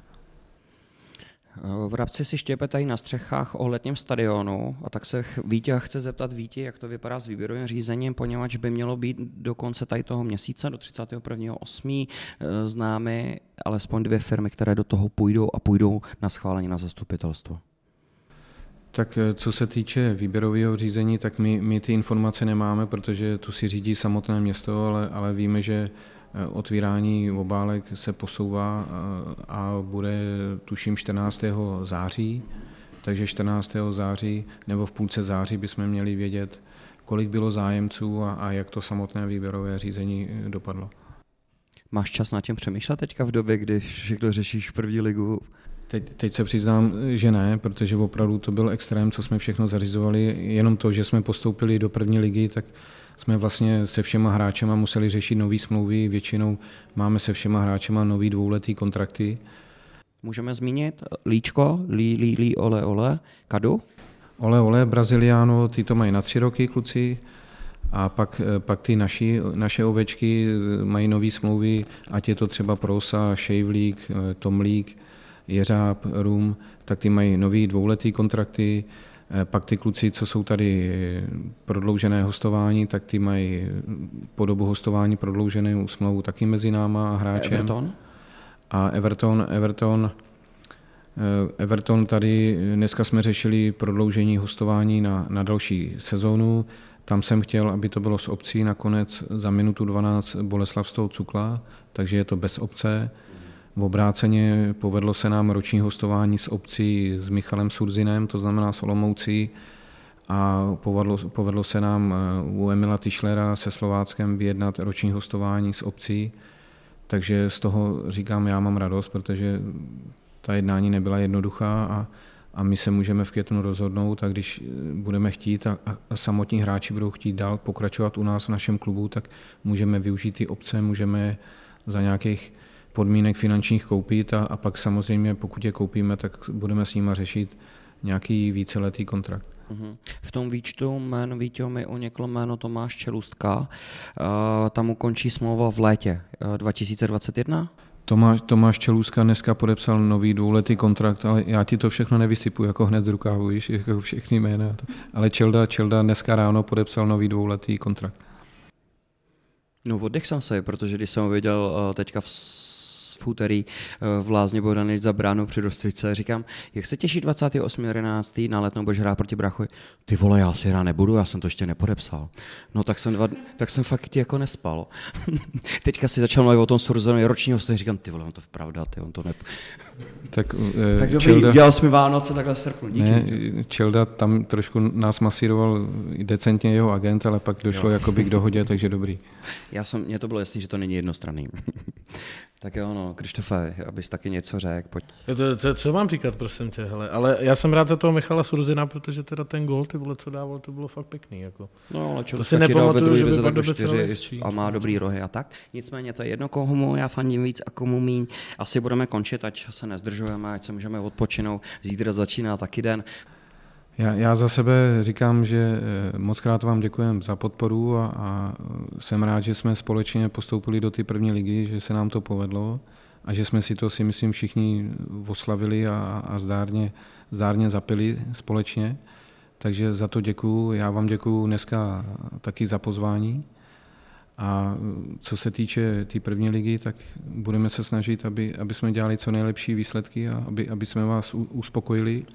[SPEAKER 2] Vrabci si štěpetají na střechách o letním stadionu a tak se Vítě chce zeptat Víti, jak to vypadá s výběrovým řízením, poněvadž by mělo být do konce tady toho měsíce, do třicátého prvního osmého známy alespoň dvě firmy, které do toho půjdou a půjdou na schválení na zastupitelstvo.
[SPEAKER 4] Tak co se týče výběrového řízení, tak my, my ty informace nemáme, protože to si řídí samotné město, ale, ale víme, že otvírání obálek se posouvá a bude tuším čtrnáctého září, takže čtrnáctého září nebo v půlce září bychom měli vědět, kolik bylo zájemců a, a jak to samotné výběrové řízení dopadlo.
[SPEAKER 2] Máš čas nad tím přemýšlet teďka v době, kdy všechno řešíš první ligu?
[SPEAKER 4] Teď, teď se přiznám, že ne, protože opravdu to byl extrém, co jsme všechno zařizovali. Jenom to, že jsme postoupili do první ligy, tak jsme vlastně se všema hráčema museli řešit nový smlouvy, většinou máme se všema hráčema nový dvouletý kontrakty.
[SPEAKER 2] Můžeme zmínit Líčko, Lí, Lí, Lí, Ole, Ole, Kadu?
[SPEAKER 4] Ole, Ole, Braziliano, ty to mají na tři roky, kluci, a pak, pak ty naši, naše ovečky mají nový smlouvy, ať je to třeba Prosa, Šejvlík, Tomlík, Jeřáb, Rum, tak ty mají nový dvouletý kontrakty. Pak ty kluci, co jsou tady prodloužené hostování, tak ty mají po dobu hostování prodlouženou smlouvu taky mezi náma a hráčem.
[SPEAKER 2] Everton?
[SPEAKER 4] A Everton, Everton, Everton tady, dneska jsme řešili prodloužení hostování na, na další sezónu. Tam jsem chtěl, aby to bylo s opcí, nakonec za minutu dvanáct Boleslav z toho cukla, takže je to bez opce. V obráceně povedlo se nám roční hostování s obcí s Michalem Surzinem, to znamená s Olomoucí, a povedlo, povedlo se nám u Emila Tischlera se Slováckem vyjednat roční hostování s obcí, takže z toho říkám, já mám radost, protože ta jednání nebyla jednoduchá a, a my se můžeme v květnu rozhodnout a když budeme chtít a, a samotní hráči budou chtít dál pokračovat u nás v našem klubu, tak můžeme využít ty opce, můžeme za nějakých podmínek finančních koupit a, a pak samozřejmě, pokud je koupíme, tak budeme s nimi řešit nějaký víceletý kontrakt.
[SPEAKER 2] V tom výčtu jméno Víťo mi uniklo jméno Tomáš Čelůstka. Tam ukončí smlouva v létě dva tisíce dvacet jedna?
[SPEAKER 4] Tomáš, Tomáš Čelůstka dneska podepsal nový dvouletý kontrakt, ale já ti to všechno nevysypuji jako hned z rukávu, víš, jako všechny jména. Ale Čelda, Čelda dneska ráno podepsal nový dvouletý kontrakt.
[SPEAKER 2] No oddech jsem se, protože když jsem ho viděl teďka v v úterý v Lázně Bohdanic za bránou při Rostřice. Říkám, jak se těší dvacátého osmého jedenáctého na Letnou, budeš hrát proti Brachovi? Ty vole, já si hrát nebudu, já jsem to ještě nepodepsal. No tak jsem, dva, tak jsem fakt jako nespal. Teďka si začal mluvit o tom Surzenovi ročního hostu, říkám, ty vole, on to je pravda, ty, on to ne...
[SPEAKER 4] Tak,
[SPEAKER 2] e, tak dobrý, Čelda, udělal jsi mi Vánoce takhle srpnu, díky.
[SPEAKER 4] Ne, Čelda tam trošku nás masíroval decentně jeho agent, ale pak došlo jo. jakoby k dohodě, takže dobrý.
[SPEAKER 2] Já jsem, mně to bylo jasný, že to není jednostranný. Tak jo, no, Krištofe, abys taky něco řekl, pojď.
[SPEAKER 3] To, to, co mám říkat, prosím tě, hele, ale já jsem rád za toho Michala Surzina, protože teda ten gól, ty vole, co dával, to bylo fakt pěkný, jako.
[SPEAKER 2] No, ale čo, to si nepamatuju, že by tak do čtyři a má dobrý rohy a tak. Nicméně to je jedno, komu já fandím víc a komu míň. Asi budeme končit, ať se nezdržujeme, ať se můžeme odpočinout. Zítra začíná taky den.
[SPEAKER 4] Já, já za sebe říkám, že moc krát vám děkujem za podporu a, a jsem rád, že jsme společně postoupili do té první ligy, že se nám to povedlo a že jsme si to, si myslím, všichni oslavili a, a zdárně, zdárně zapili společně. Takže za to děkuju. Já vám děkuju dneska taky za pozvání. A co se týče té tý první ligy, tak budeme se snažit, aby, aby jsme dělali co nejlepší výsledky a aby, aby jsme vás uspokojili.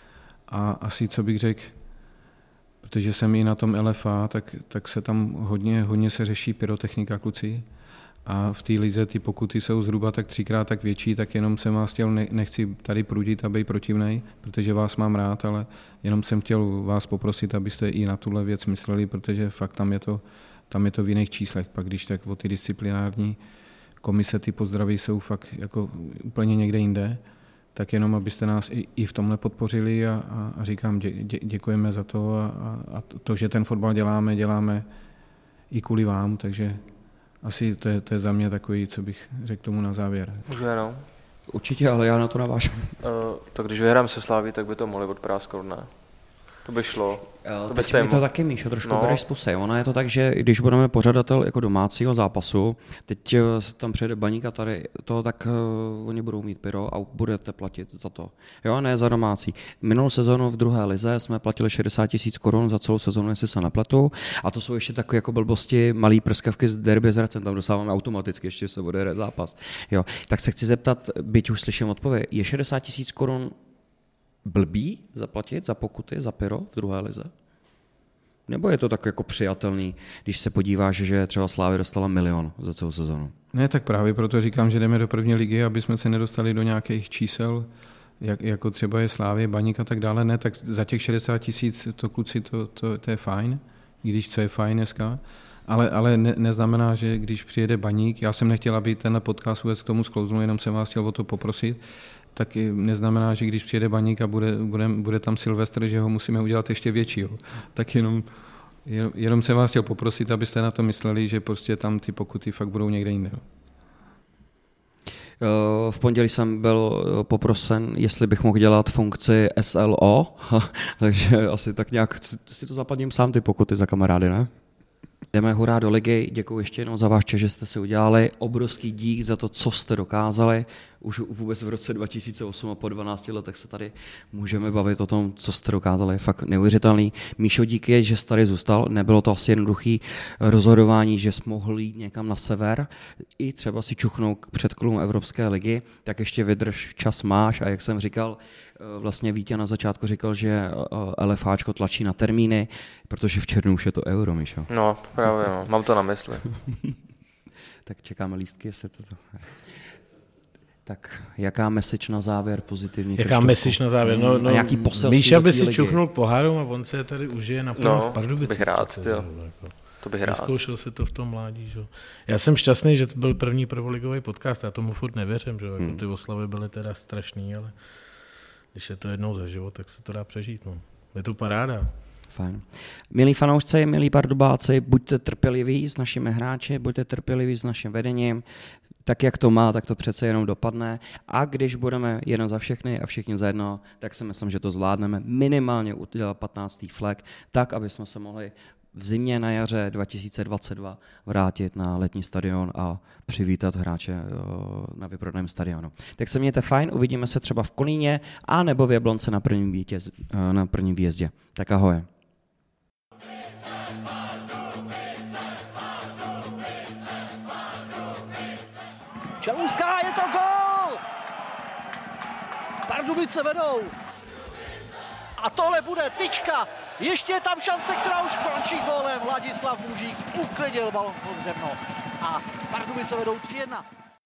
[SPEAKER 4] A asi, co bych řekl, protože jsem i na tom L F A, tak, tak se tam hodně, hodně se řeší pyrotechnika, kluci. A v té lize ty pokuty jsou zhruba tak třikrát tak větší, tak jenom jsem vás chtěl, nechci tady prudit a být protivnej, protože vás mám rád, ale jenom jsem chtěl vás poprosit, abyste i na tuhle věc mysleli, protože fakt tam je to, tam je to v jiných číslech. Pak když tak o ty disciplinární komise, ty pozdraví jsou fakt jako úplně někde jinde, tak jenom abyste nás i, i v tomhle podpořili a, a, a říkám, dě, dě, děkujeme za to a, a to, že ten fotbal děláme, děláme i kvůli vám, takže asi to je, to je za mě takový, co bych řekl tomu na závěr.
[SPEAKER 5] Můžu jenom?
[SPEAKER 2] Určitě, ale já na to navážu. Uh,
[SPEAKER 5] tak když vyhrám se Sláví, tak by to mohli odprásknout, ne? To by šlo.
[SPEAKER 2] To Teď mi to taky, Míšo, trošku no. bereš z pusy. Ono je to tak, že když budeme pořadatel jako domácího zápasu, teď tam přijede Baník a tady to, tak uh, oni budou mít pyro a budete platit za to. Jo, ne za domácí. Minulou sezonu v druhé lize jsme platili šedesát tisíc korun za celou sezonu, jestli se nepletu. A to jsou ještě takové jako blbosti, malý prskavky z derby s Hradcem, tam dostáváme automaticky, ještě se bude zápas. Jo, tak se chci zeptat, byť už slyším odpověď, je šedesát tisíc korun blbý zaplatit za pokuty, za pyro v druhé lize? Nebo je to tak jako přijatelný, když se podíváš, že třeba Slavia dostala milion za celou sezonu?
[SPEAKER 4] Ne, tak právě proto říkám, že jdeme do první ligy, aby jsme se nedostali do nějakých čísel, jak, jako třeba je Slavia, Baník a tak dále. Ne, tak za těch šedesát tisíc to kluci, to, to, to je fajn, i když co je fajn dneska. Ale, ale ne, neznamená, že když přijede Baník, já jsem nechtěl, aby tenhle podcast vůbec k tomu sklouznul, jenom jsem vás chtěl o to poprosit, tak neznamená, že když přijede Baník a bude, bude, bude tam Silvestr, že ho musíme udělat ještě většího. Tak jenom, jenom jsem vás chtěl poprosit, abyste na to mysleli, že prostě tam ty pokuty fakt budou někde jinde.
[SPEAKER 2] V pondělí jsem byl poprosen, jestli bych mohl dělat funkci S L O, takže asi tak nějak si to zapadním sám ty pokuty za kamarády, ne? Jdeme hurá do ligy, děkuji ještě jednou za váš čas, že jste si udělali. Obrovský dík za to, co jste dokázali. Už vůbec v roce dva tisíce osm a po dvanácti letech se tady můžeme bavit o tom, co jste dokázali. Fakt neuvěřitelný. Míšo, díky, že jste tady zůstal. Nebylo to asi jednoduché rozhodování, že jsme mohli jít někam na sever i třeba si čuchnout k předkolům Evropské ligy. Tak ještě vydrž, čas máš a jak jsem říkal, vlastně Vítě na začátku říkal, že LFáčko tlačí na termíny, protože v červnu už je to euro, Míšo.
[SPEAKER 5] No, právě, no. Mám to na mysli.
[SPEAKER 2] Tak čekáme lístky, jestli to... Tak jaká message na závěr pozitivní?
[SPEAKER 3] Jaká message na závěr? No, no,
[SPEAKER 2] nějaký poselství
[SPEAKER 3] Míša by si čuchnul k pohárům a on se tady užije naplno
[SPEAKER 5] no,
[SPEAKER 3] v Pardubicích.
[SPEAKER 5] bych rád, to, jako. to bych rád.
[SPEAKER 3] Vyzkoušel si to v tom mládí. Že? Já jsem šťastný, že to byl první prvoligový podcast, já tomu furt nevěřím, že? Jako hmm. Ty oslavy byly teda strašný, ale když je to jednou za život, tak se to dá přežít. No. Je to paráda.
[SPEAKER 2] Fajn. Milí fanoušci, milí Pardubáci, buďte trpěliví s našimi hráči, buďte trpěliví s naším vedením. Tak jak to má, tak to přece jenom dopadne. A když budeme jeden za všechny a všichni za jedno, tak si myslím, že to zvládneme minimálně udělat patnáctý flek, tak, aby jsme se mohli v zimě na jaře dva tisíce dvacet dva vrátit na letní stadion a přivítat hráče na vyprodaném stadionu. Tak se mějte fajn, uvidíme se třeba v Kolíně a nebo v Jablonce na prvním, vítěz, na prvním výjezdě. Tak ahoj.
[SPEAKER 1] Čelůská, je to gól! Pardubice vedou. A tohle bude tyčka. Ještě je tam šance, která už končí gólem. Ladislav Mužík uklidil balon pod zemno. A Pardubice vedou tři jedna.